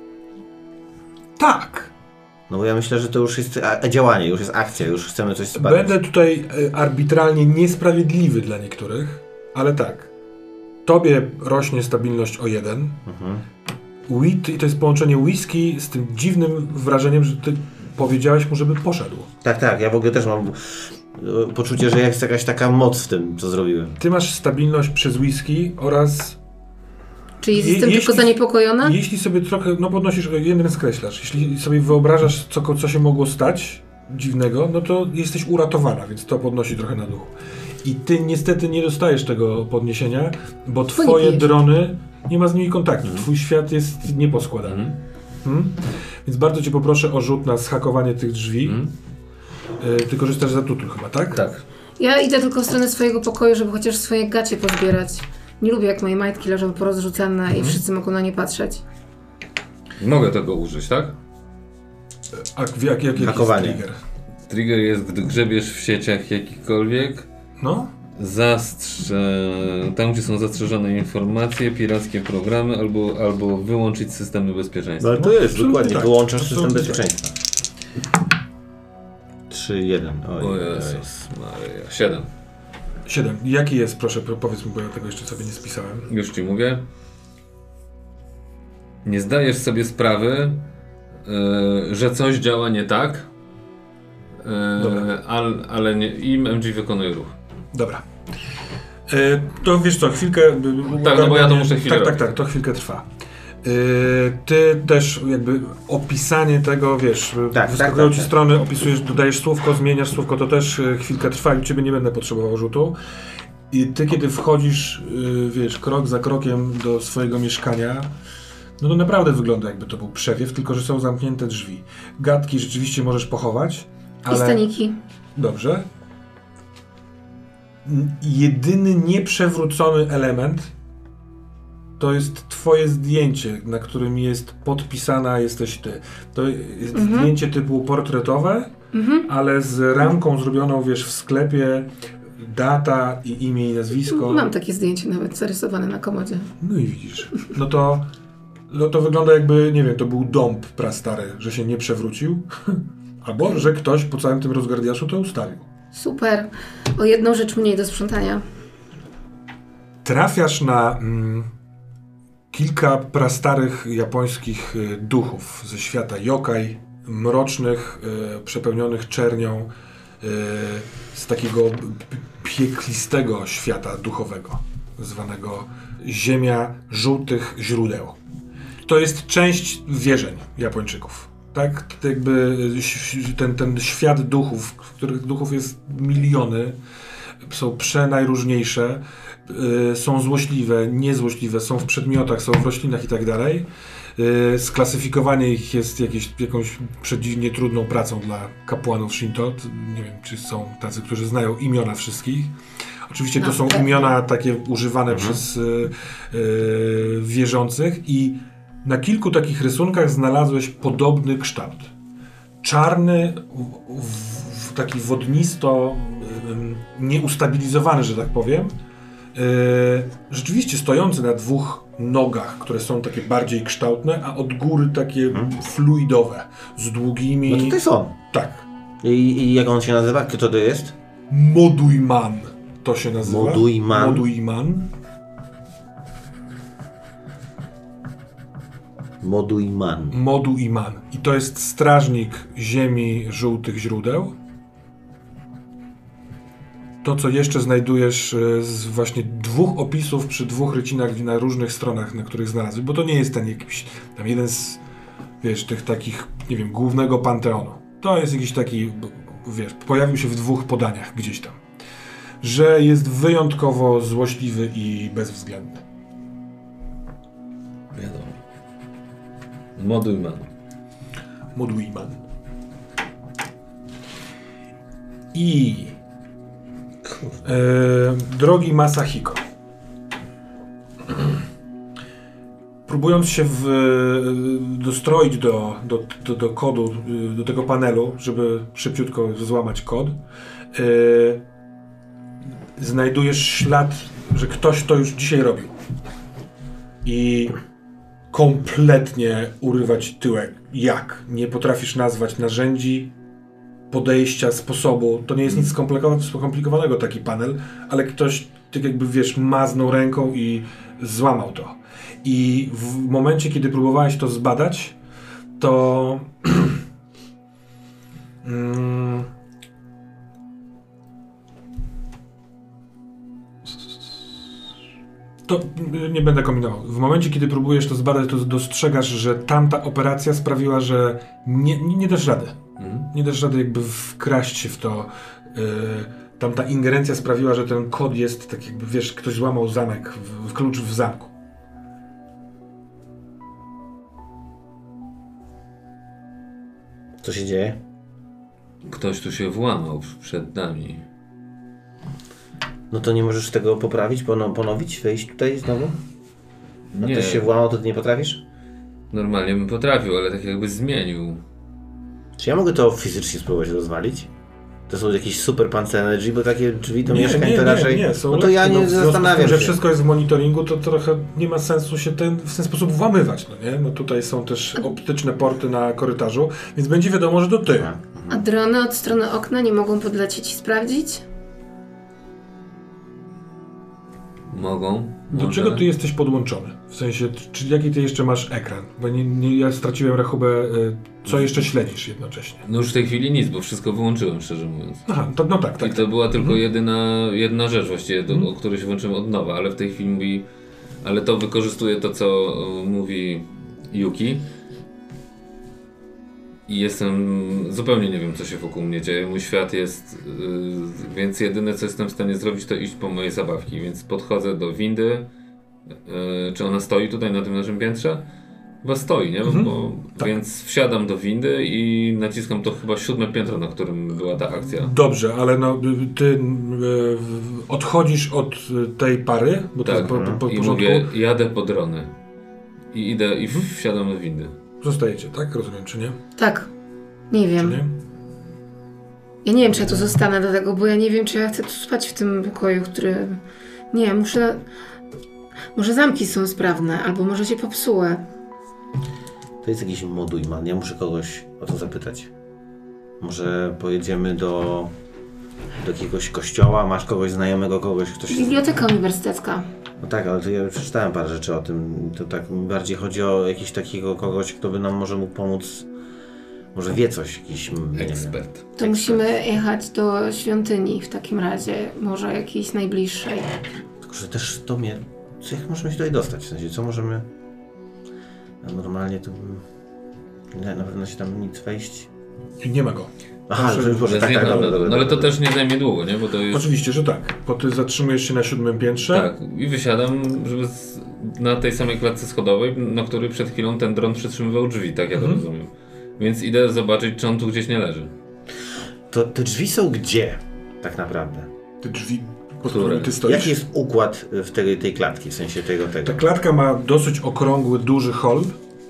Tak. No bo ja myślę, że to już jest działanie, już jest akcja, już chcemy coś zbadać. Będę tutaj arbitralnie niesprawiedliwy dla niektórych, ale tak. Tobie rośnie stabilność o 1. I to jest połączenie whisky z tym dziwnym wrażeniem, że ty powiedziałeś mu, żeby poszedł. Tak, ja w ogóle też mam poczucie, że jest jakaś taka moc w tym, co zrobiłem. Ty masz stabilność przez whisky oraz... Czyli jestem tylko zaniepokojona? Jeśli sobie trochę, podnosisz, jeden skreślasz. Jeśli sobie wyobrażasz, co się mogło stać dziwnego, no to jesteś uratowana, więc to podnosi trochę na duchu. I ty niestety nie dostajesz tego podniesienia, bo twoje drony, nie ma z nimi kontaktu. Twój świat jest nieposkładany. Więc bardzo cię poproszę o rzut na zhakowanie tych drzwi. Ty korzystasz z atutu chyba, tak? Tak. Ja idę tylko w stronę swojego pokoju, żeby chociaż swoje gacie pozbierać. Nie lubię, jak moje majtki leżą porozrzucane i wszyscy mogą na nie patrzeć. Mogę tego użyć, tak? A jaki jest trigger? Trigger jest, gdy grzebiesz w sieciach jakichkolwiek. No? Tam, gdzie są zastrzeżone informacje, pirackie programy, albo wyłączyć systemy bezpieczeństwa. No ale to jest, dokładnie, tak. wyłączasz system bezpieczeństwa. 3-1. O Jezus Maryja. 7. 7. Jaki jest, proszę, powiedz mi, bo ja tego jeszcze sobie nie spisałem. Już ci mówię. Nie zdajesz sobie sprawy, że coś działa nie tak, ale nie, i MG wykonuje ruch. Dobra. To wiesz co, chwilkę... Tak, no bo ja to muszę chwilę robić. Tak, to chwilkę trwa. Ty też jakby opisanie tego, wiesz, wyskakują ci strony, opisujesz, dodajesz słówko, zmieniasz słówko, to też chwilkę trwa i ciebie nie będę potrzebował rzutu. I ty kiedy wchodzisz, wiesz, krok za krokiem do swojego mieszkania, no to naprawdę wygląda jakby to był przewiew, tylko że są zamknięte drzwi. Gadki rzeczywiście możesz pochować, ale... I staniki. Dobrze. Jedyny nieprzewrócony element to jest twoje zdjęcie, na którym jest podpisana jesteś ty. To jest zdjęcie typu portretowe, ale z ramką zrobioną, wiesz, w sklepie, data i imię i nazwisko. Mam takie zdjęcie nawet zarysowane na komodzie. No i widzisz. No to wygląda jakby, nie wiem, to był dąb prastary, że się nie przewrócił. Albo, że ktoś po całym tym rozgardiaszu to ustawił. Super. O jedną rzecz mniej do sprzątania. Trafiasz na kilka prastarych japońskich duchów ze świata yokai, mrocznych, przepełnionych czernią, z takiego pieklistego świata duchowego, zwanego Ziemia Żółtych Źródeł. To jest część wierzeń Japończyków. Tak? Jakby ten świat duchów, których duchów jest miliony, są przenajróżniejsze, są złośliwe, niezłośliwe, są w przedmiotach, są w roślinach i tak dalej. Sklasyfikowanie ich jest jakąś przedziwnie trudną pracą dla kapłanów Shinto. Nie wiem, czy są tacy, którzy znają imiona wszystkich. Oczywiście to są imiona takie używane przez wierzących i na kilku takich rysunkach znalazłeś podobny kształt. czarny, taki wodnisto, nieustabilizowany, że tak powiem. Rzeczywiście stojący na dwóch nogach, które są takie bardziej kształtne, a od góry takie fluidowe, z długimi... No to jest on. Tak. I jak on się nazywa? Kto to jest? Modujman to się nazywa. Modujman. Modujman. Modujman. Modujman. I to jest strażnik ziemi żółtych źródeł. To, co jeszcze znajdujesz z właśnie dwóch opisów przy dwóch rycinach na różnych stronach, na których znalazłeś, bo to nie jest ten jakiś tam jeden z, wiesz, tych takich, nie wiem, głównego panteonu. To jest jakiś taki, wiesz, pojawił się w dwóch podaniach gdzieś tam. Że jest wyjątkowo złośliwy i bezwzględny. Wiadomo. Modujman. Modujman. I drogi Masahiko, próbując się dostroić do kodu, do tego panelu, żeby szybciutko złamać kod, znajdujesz ślad, że ktoś to już dzisiaj robił. I kompletnie urywać tyłek. Jak? Nie potrafisz nazwać narzędzi, podejścia, sposobu. To nie jest nic skomplikowanego taki panel, ale ktoś tak jakby, wiesz, maznął ręką i złamał to. I w momencie, kiedy próbowałeś to zbadać, to to nie będę kombinował. W momencie, kiedy próbujesz to zbadać, to dostrzegasz, że tamta operacja sprawiła, że nie dasz rady. Nie dasz rady jakby wkraść się w to. Tamta ingerencja sprawiła, że ten kod jest tak jakby, wiesz, ktoś złamał zamek, klucz w zamku. Co się dzieje? Ktoś tu się włamał przed nami. No to nie możesz tego poprawić, ponowić, wejść tutaj znowu? A Nie. ktoś się włamał, to ty nie potrafisz? Normalnie bym potrafił, ale tak jakby zmienił. Czy ja mogę to fizycznie spróbować rozwalić? To są jakieś super pancerne drzwi, bo takie drzwi do mieszkań to raczej... Nie, są no to ja nie zastanawiam że się. wszystko jest w monitoringu, to trochę nie ma sensu się w ten sposób włamywać, no nie? No tutaj są też optyczne porty na korytarzu, więc będzie wiadomo, że do tyłu. A drony od strony okna nie mogą podlecieć i sprawdzić? Mogą? Do Może. czego ty jesteś podłączony? W sensie, czy jaki ty jeszcze masz ekran? Bo ja straciłem rachubę, co jeszcze śledzisz jednocześnie. No już w tej chwili nic, bo wszystko wyłączyłem, szczerze mówiąc. Aha, to, no tak. I to była tylko jedna rzecz właściwie, o której się włączyłem od nowa, ale w tej chwili mówi... Ale to wykorzystuje to, co mówi Yuki. I zupełnie nie wiem, co się wokół mnie dzieje. Mój świat jest... więc jedyne, co jestem w stanie zrobić, to iść po moje zabawki. Więc podchodzę do windy. Czy ona stoi tutaj na tym naszym piętrze? Chyba stoi, nie? Tak. Więc wsiadam do windy i naciskam to chyba 7. piętro, na którym była ta akcja. Dobrze, ale no, ty odchodzisz od tej pary, bo Tak, to jest po i porządku. mówię, jadę po drony. I idę i wsiadam do windy. Zostajecie, tak? Rozumiem, czy nie? Tak. Nie Czy wiem. nie? Ja nie wiem, czy ja tu zostanę do tego, bo ja nie wiem, czy ja chcę tu spać w tym pokoju, który... Nie, muszę... Może zamki są sprawne, albo może się popsuły. To jest jakiś modujman. Ja muszę kogoś o to zapytać. Może pojedziemy do jakiegoś kościoła, masz kogoś znajomego, kto się... Biblioteka uniwersytecka. No tak, ale to ja przeczytałem parę rzeczy o tym. To tak bardziej chodzi o jakiś takiego kogoś, kto by nam może mógł pomóc. Może wie coś, jakiś... Ekspert. To musimy jechać do świątyni w takim razie, może jakiejś najbliższej. Tylko, że też to mnie... Jak możemy się tutaj dostać? W sensie, co możemy... Normalnie to... Na pewno się tam nic wejść. Nie ma go. Aha, Proszę, tak, dobra. No ale to też nie zajmie długo, nie? Bo to jest... Oczywiście, że tak. Bo ty zatrzymujesz się na 7. piętrze. Tak, i wysiadam, żeby na tej samej klatce schodowej, na której przed chwilą ten dron przytrzymywał drzwi, tak ja to rozumiem. Więc idę zobaczyć, czy on tu gdzieś nie leży. To te drzwi są gdzie? Tak naprawdę. Te drzwi, pod którymi ty stoisz. Jaki jest układ w tej klatki, w sensie tego? Ta klatka ma dosyć okrągły, duży hol,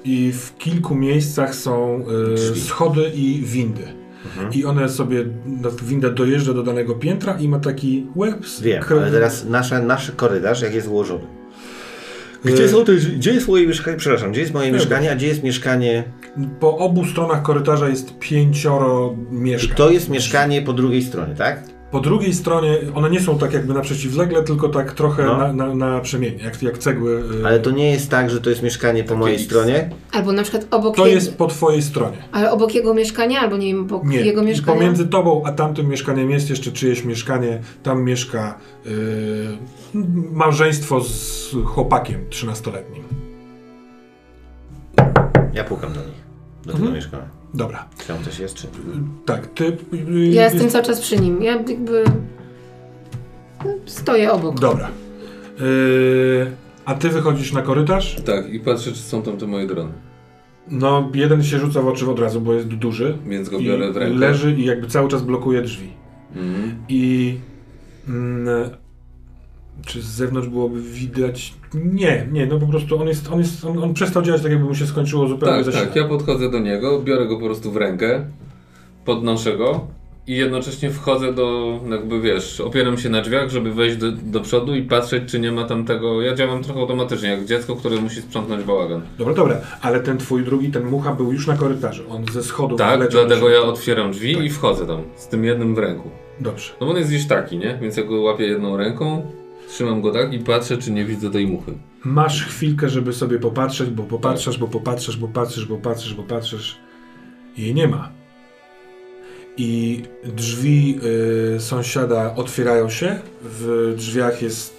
i w kilku miejscach są schody i windy. I one sobie, winda dojeżdża do danego piętra i ma taki łeb. Wiem, ale teraz nasz korytarz, jak jest ułożony. Gdzie jest moje mieszkanie? Przepraszam, gdzie jest moje mieszkanie, a gdzie jest mieszkanie? Po obu stronach korytarza jest 5 mieszkań. I to jest mieszkanie po drugiej stronie, tak? Po drugiej stronie, one nie są tak jakby na przeciwlegle, tylko tak trochę na przemienie, jak cegły. Ale to nie jest tak, że to jest mieszkanie po mojej stronie? Albo na przykład obok To jest po twojej stronie. Ale obok jego mieszkania, albo nie wiem, obok jego mieszkania? Pomiędzy tobą a tamtym mieszkaniem jest jeszcze czyjeś mieszkanie. Tam mieszka małżeństwo z chłopakiem 13-letnim. Ja pukam do nich. Do tego mieszkania. Dobra. Tam coś jest, czy... Tak, ty... Ja jestem cały czas przy nim. Ja jakby... stoję obok. Dobra. A ty wychodzisz na korytarz? Tak, i patrzę, czy są tam te moje drony. No, jeden się rzuca w oczy od razu, bo jest duży. Więc go biorę w rękę. Leży i jakby cały czas blokuje drzwi. I... czy z zewnątrz byłoby widać? Nie, no po prostu on przestał działać tak, jakby mu się skończyło zupełnie zasilanie. Tak, ja podchodzę do niego, biorę go po prostu w rękę, podnoszę go i jednocześnie wchodzę do, jakby wiesz, opieram się na drzwiach, żeby wejść do przodu i patrzeć, czy nie ma tam tego, ja działam trochę automatycznie, jak dziecko, które musi sprzątnąć bałagan. Dobra, ale ten twój drugi, ten Mucha był już na korytarzu, on ze schodów tak, dlatego ja otwieram drzwi i wchodzę tam, z tym jednym w ręku. Dobrze. No bo on jest gdzieś taki, nie? Więc ja go łapię jedną ręką, trzymam go tak i patrzę, czy nie widzę tej muchy. Masz chwilkę, żeby sobie popatrzeć, bo popatrzysz. Jej nie ma. I drzwi sąsiada otwierają się. W drzwiach jest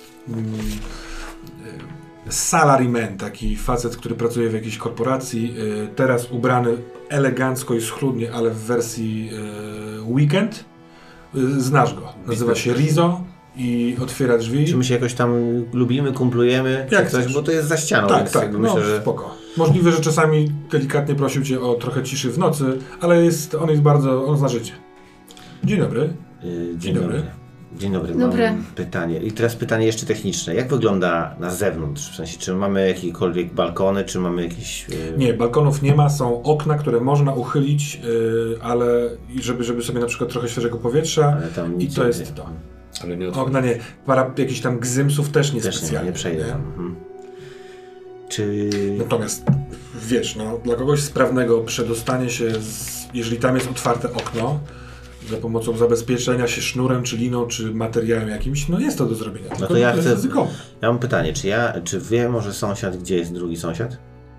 salaryman, taki facet, który pracuje w jakiejś korporacji. Teraz ubrany elegancko i schludnie, ale w wersji weekend. Znasz go. Nazywa się Rizo. I otwiera drzwi. Czy my się jakoś tam lubimy, kumplujemy? Jak coś, chcesz. Bo to jest za ścianą. Tak, myślę, że spoko. Możliwe, że czasami delikatnie prosił cię o trochę ciszy w nocy, ale on zna życie. Dzień dobry. Dzień dobry. Dzień dobry. Mam pytanie. I teraz pytanie jeszcze techniczne. Jak wygląda na zewnątrz? W sensie, czy mamy jakiekolwiek balkony, czy mamy jakieś... Nie, balkonów nie ma. Są okna, które można uchylić, ale żeby sobie na przykład trochę świeżego powietrza. Ale tam i to jest to. Ale nie okna nie. Jakichś tam gzymsów też nie specjalnie. Nie przejdę. Czy... Natomiast wiesz, dla kogoś sprawnego przedostanie się, jeżeli tam jest otwarte okno, za pomocą zabezpieczenia się sznurem, czy liną, czy materiałem jakimś, jest to do zrobienia. No to ja chcę... Ja mam pytanie, czy wie może sąsiad, gdzie jest drugi sąsiad?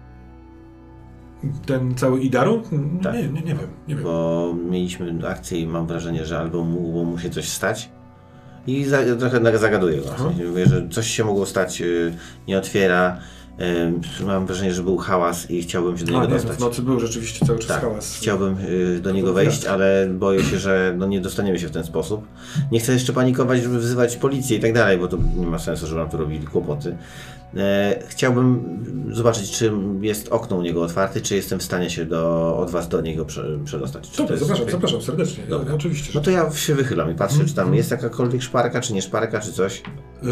Ten cały Idaru? Tak. Nie wiem. Bo mieliśmy akcję i mam wrażenie, że albo mu się coś stać i trochę zagaduję go. W sensie mówię, że coś się mogło stać, nie otwiera. Mam wrażenie, że był hałas i chciałbym się do niego dostać. W nocy był rzeczywiście cały czas hałas. Chciałbym do niego wejść, ale boję się, że nie dostaniemy się w ten sposób. Nie chcę jeszcze panikować, żeby wzywać policję i tak dalej, bo to nie ma sensu, żeby nam tu robili kłopoty. Chciałbym zobaczyć, czy jest okno u niego otwarte, czy jestem w stanie się od was do niego przedostać. Dobra, zapraszam serdecznie. Ja, oczywiście. No to ja się wychylam i patrzę, czy tam jest jakakolwiek szparka, czy nie szparka, czy coś.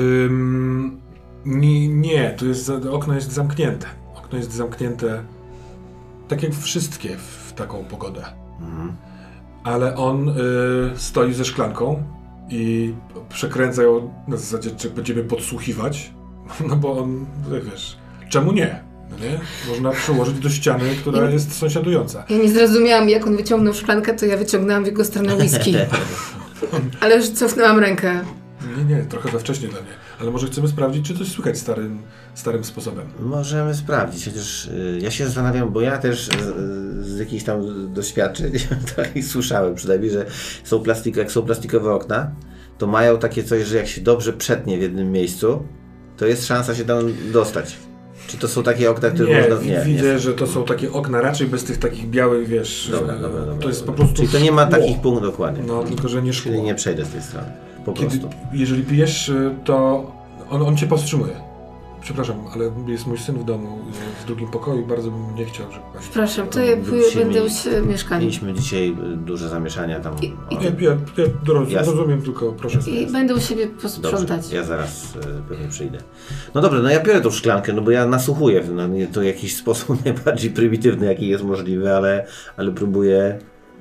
Nie, okno jest zamknięte. Okno jest zamknięte tak jak wszystkie w taką pogodę. Ale on stoi ze szklanką i przekręca ją na zasadzie, czy będziemy podsłuchiwać. No bo on, wiesz, czemu nie? Nie? Można przyłożyć do ściany, która jest sąsiadująca. Ja nie zrozumiałam, jak on wyciągnął szklankę, to ja wyciągnęłam w jego stronę whisky. Ale już cofnęłam rękę. Nie, trochę za wcześnie dla mnie. Ale może chcemy sprawdzić, czy coś słychać starym sposobem. Możemy sprawdzić, chociaż ja się zastanawiam, bo ja też z jakichś tam doświadczeń tak słyszałem przynajmniej, że jak są plastikowe okna, to mają takie coś, że jak się dobrze przetnie w jednym miejscu, to jest szansa się tam dostać. Czy to są takie okna, które można... Nie, widzę, że to są takie okna raczej bez tych takich białych, wiesz... Dobra. To jest po prostu... Czyli to nie ma takich punktów dokładnie. No, tylko że nie szkło. Czyli nie przejdę z tej strony. Po prostu. Jeżeli pijesz, to on cię powstrzymuje. Przepraszam, ale jest mój syn w domu, w drugim pokoju, bardzo bym nie chciał, żeby pani... Przepraszam, to ja będę u mieszkania. Mieliśmy dzisiaj duże zamieszania tam. Ja rozumiem, tylko proszę... I będę u siebie posprzątać. Dobrze, ja zaraz pewnie przyjdę. No dobra, no ja biorę tą szklankę, no bo ja nasłuchuję. No, to w jakiś sposób najbardziej prymitywny, jaki jest możliwy, ale próbuję...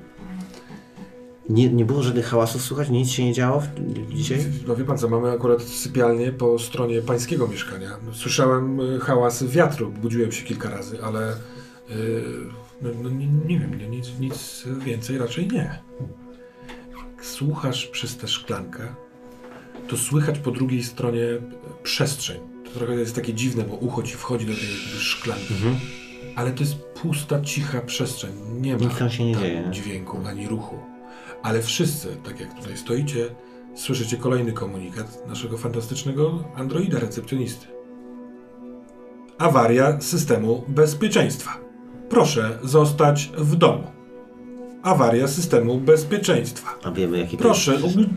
Nie było żadnych hałasów słychać? Nic się nie działo dzisiaj? No wie pan co, mamy akurat sypialnię po stronie pańskiego mieszkania. Słyszałem hałasy wiatru, budziłem się kilka razy, ale nie wiem, nic więcej raczej nie. Jak słuchasz przez tę szklankę, to słychać po drugiej stronie przestrzeń. To trochę jest takie dziwne, bo ucho ci wchodzi do tej szklanki. Ale to jest pusta, cicha przestrzeń. Nie ma nic się nie dzieje. Dźwięku ani ruchu. Ale wszyscy, tak jak tutaj stoicie, słyszycie kolejny komunikat naszego fantastycznego androida recepcjonisty. Awaria systemu bezpieczeństwa. Proszę zostać w domu. Awaria systemu bezpieczeństwa. A wiemy jaki to Proszę.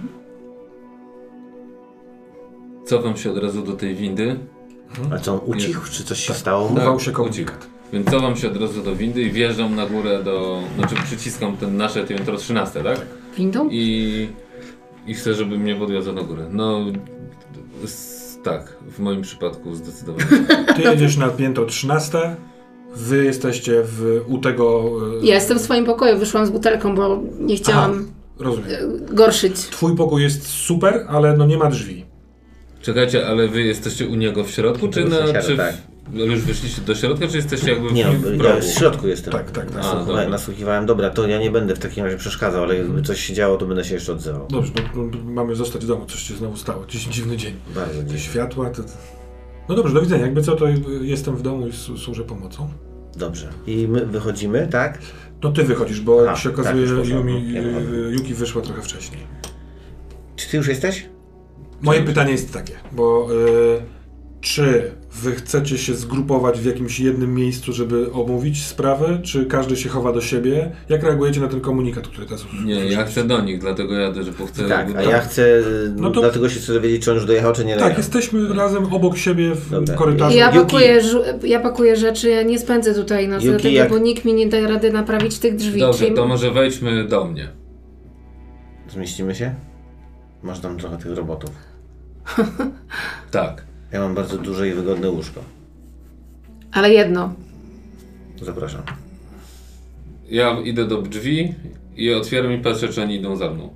Cofam się od razu do tej windy. A co, on ucichł? Czy coś się stało? Urwał się komunikat. Więc cofam się od razu do windy i wjeżdżam na górę znaczy przyciskam ten nasze piętro 13, tak? Windą? I chcę, żeby mnie podwiozło na górę. No, tak, w moim przypadku zdecydowanie. Ty jedziesz na piętro 13, wy jesteście u tego... Ja jestem w swoim pokoju, wyszłam z butelką, bo nie chciałam rozumiem. gorszyć. Twój pokój jest super, ale no nie ma drzwi. Czekajcie, ale wy jesteście u niego w środku, czy tak. już wyszliście do środka, czy jesteście jakby nie, w ja w środku jestem. Tak. Nasłuchiwałem. Dobra, to ja nie będę w takim razie przeszkadzał, ale jakby coś się działo, to będę się jeszcze odzywał. Dobrze, mamy zostać w domu, coś się znowu stało. Dziś dziwny dzień. Bardzo dziwny. Światła, No dobrze, do widzenia. Jakby co, to jestem w domu i służę pomocą. Dobrze. I my wychodzimy, tak? No ty wychodzisz, bo jak się okazuje, tak, Yuki wyszła trochę wcześniej. Czy ty już jesteś? Moje pytanie jest takie, bo czy wy chcecie się zgrupować w jakimś jednym miejscu, żeby omówić sprawę, czy każdy się chowa do siebie? Jak reagujecie na ten komunikat, który teraz usłyszeliście? Nie, ja chcę do nich, dlatego jadę, że chcę... Tak, a ja chcę, dlatego się chcę dowiedzieć, czy on już dojechał, czy nie dojechał. Tak, jesteśmy razem obok siebie w korytarzu. Ja pakuję rzeczy, ja nie spędzę tutaj nocy, bo nikt mi nie da rady naprawić tych drzwi. Dobrze, to może wejdźmy do mnie. Zmieścimy się? Masz tam trochę tych robotów. Tak. Ja mam bardzo duże i wygodne łóżko. Ale jedno. Zapraszam. Ja idę do drzwi i otwieram i patrzę, czy oni idą za mną.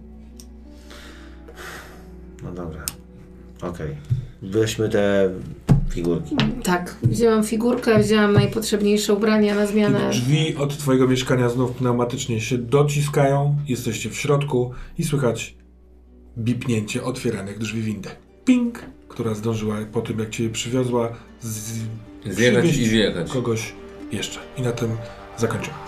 No dobra. Okej. Weźmy te figurki. Tak, wzięłam figurkę, wzięłam najpotrzebniejsze ubrania na zmianę. Drzwi od twojego mieszkania znów pneumatycznie się dociskają, jesteście w środku i słychać bipnięcie otwieranych drzwi windy. Ping! Która zdążyła po tym, jak cię przywiozła, zjechać i wjechać. Kogoś jeszcze. I na tym zakończymy.